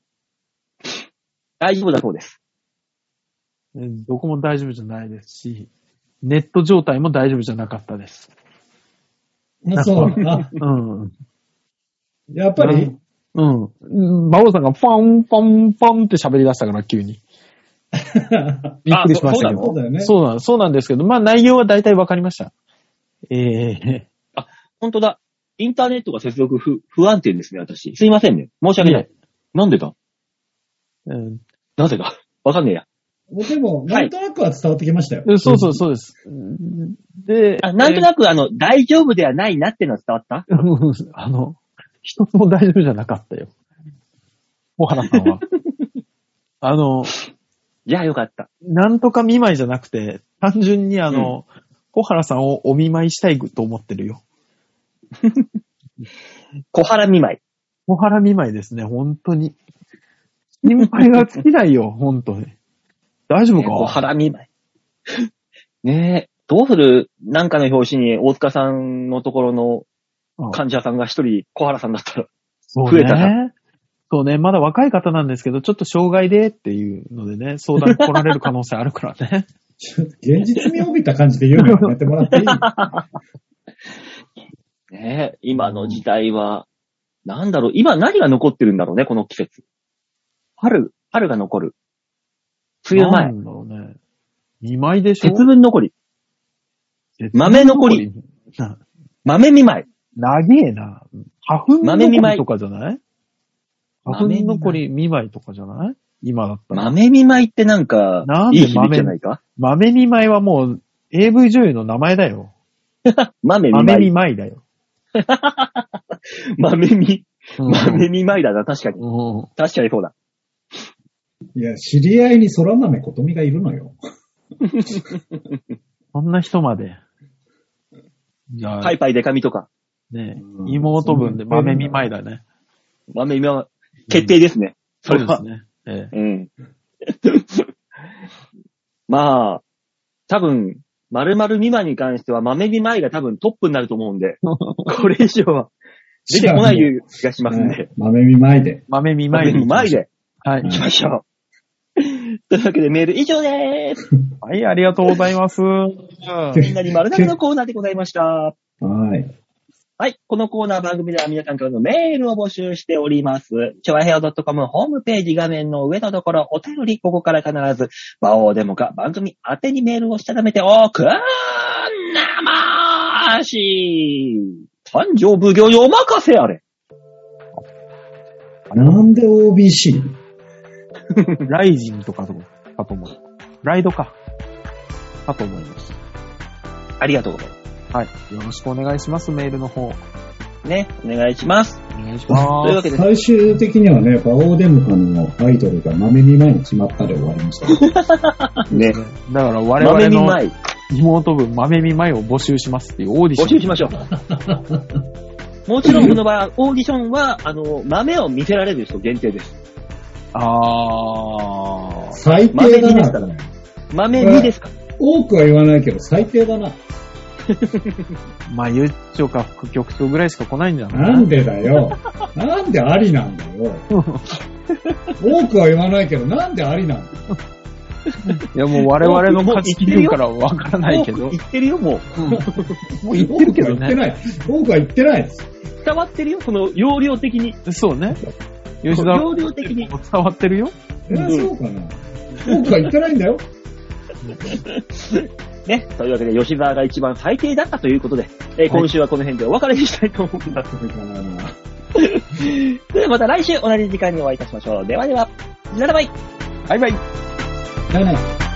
大丈夫だそうです。 どこも大丈夫じゃないですし、ネット状態も大丈夫じゃなかったです。 あそう。あうん。 やっぱり、 うん。馬王さんがファン、ファン、ファンって喋り出したから、急に。びっくりしましたけど。 そうだよね。 そうなん、そうなんですけど、まあ内容は大体わかりました。ええあ、本当だ。インターネットが接続不、不安定ですね、私。すいませんね。申し訳ない。なんでだうんなぜだわかんねえや。 でも、なんとなくは伝わってきましたよ。 そうそうそうです。で、 あ、なんとなく、あの、大丈夫ではないなってのは伝わったえーあの、一つも大丈夫じゃなかったよ。小原さんは。あの、 じゃあよかった。 なんとか見舞いじゃなくて、単純にあの、小原さんをお見舞いしたいと思ってるよ。 小原見舞い。 小原見舞いですね、本当に。心配が尽きないよ、本当に。大丈夫か、 ね小原見舞い。ねえ、どうするなんかの表紙に大塚さんのところの患者さんが一人小原さんだったら。 そう増えたね。そうね、まだ若い方なんですけど、ちょっと障害でっていうのでね、相談来られる可能性あるからね。 現実味を帯びた感じで言うのやめてもらっていいねえ、今の時代は、なんだろう、今何が残ってるんだろうね、この季節。春、春が残る。梅雨前。 なんだろうね。見舞いでしょ節分残り。豆残り。 な豆見舞い。 長えな。花粉豆見舞い残りとかじゃない花粉残り見舞いとかじゃない今だったら。 豆見舞いってなんかなん、でいい響きじゃないか豆見舞いはもう エーブイ 女優の名前だよ。 豆見豆見舞い。 舞いだよ。 豆見、 うん豆見舞いだな、確かに。 うん確かにそうだ。 いや、知り合いに空豆ことみがいるのよ。 そんな人まで。じゃあ、 パイパイデカミとか。 ねうん妹分で豆見舞いだね。 豆見舞い、決定ですね。それはそうです。ね。ええうん。まあ、多分、〇〇未満に関しては豆見舞いが多分トップになると思うんで、これ以上は出てこない気がしますね。 豆見舞いで。 豆見舞い。 豆見舞いではい。 行きましょう。というわけでメール以上でーす。 はい、ありがとうございます。 みんなに丸投げのコーナーでございました。 はい。 はい。このコーナー番組では皆さんからのメールを募集しております。ちょわへよ .com ホームページ画面の上のところ、お便り、ここから必ず、場をデモか番組宛てにメールをしたためておくんなまーし誕生奉行にお任せあれ。 なんで オービーシー？ ライジンとかとかと思う。ライドか。かと思います。 ありがとうございまはい。よろしくお願いします、メールの方。 す。ね、お願いします。 お願いします。 というわけで、 最終的にはね、バオーデムカのアイドルが豆見舞いに決まったで終わりました。 ね、 だから我豆見 々の舞い、 妹分豆見舞いを募集しますっていうオーディション。 募集しましょう。もちろんこの場合、オーディションは、あの、豆を見せられる人限定です。 あー。 最低豆だな。 見ですから。豆見ですか。 多くは言わないけど最低だな。 まあ、ゆっちょか副局長ぐらいしか来ないんじゃないなんでだよ。なんでありなんだよ。多くは言わないけど、なんでありなんだよ。 いや、もう我々の勝ち基準からはわからないけど。 言ってるよ、もう。 もう言ってるけどね。 多くは言ってない。多くは言ってないです。 伝わってるよ、この容量的に。 そうね。吉田容量的に。 も伝わってるよ。 えー、そうかな。多くは言ってないんだよ。 ね。というわけで、吉沢が一番最低だったということで、えー今週はこの辺でお別れにしたいと思います。 そうかな。 ではまた来週同じ時間にお会いいたしましょう。ではでは、ならばい。 バイバイ。 だね。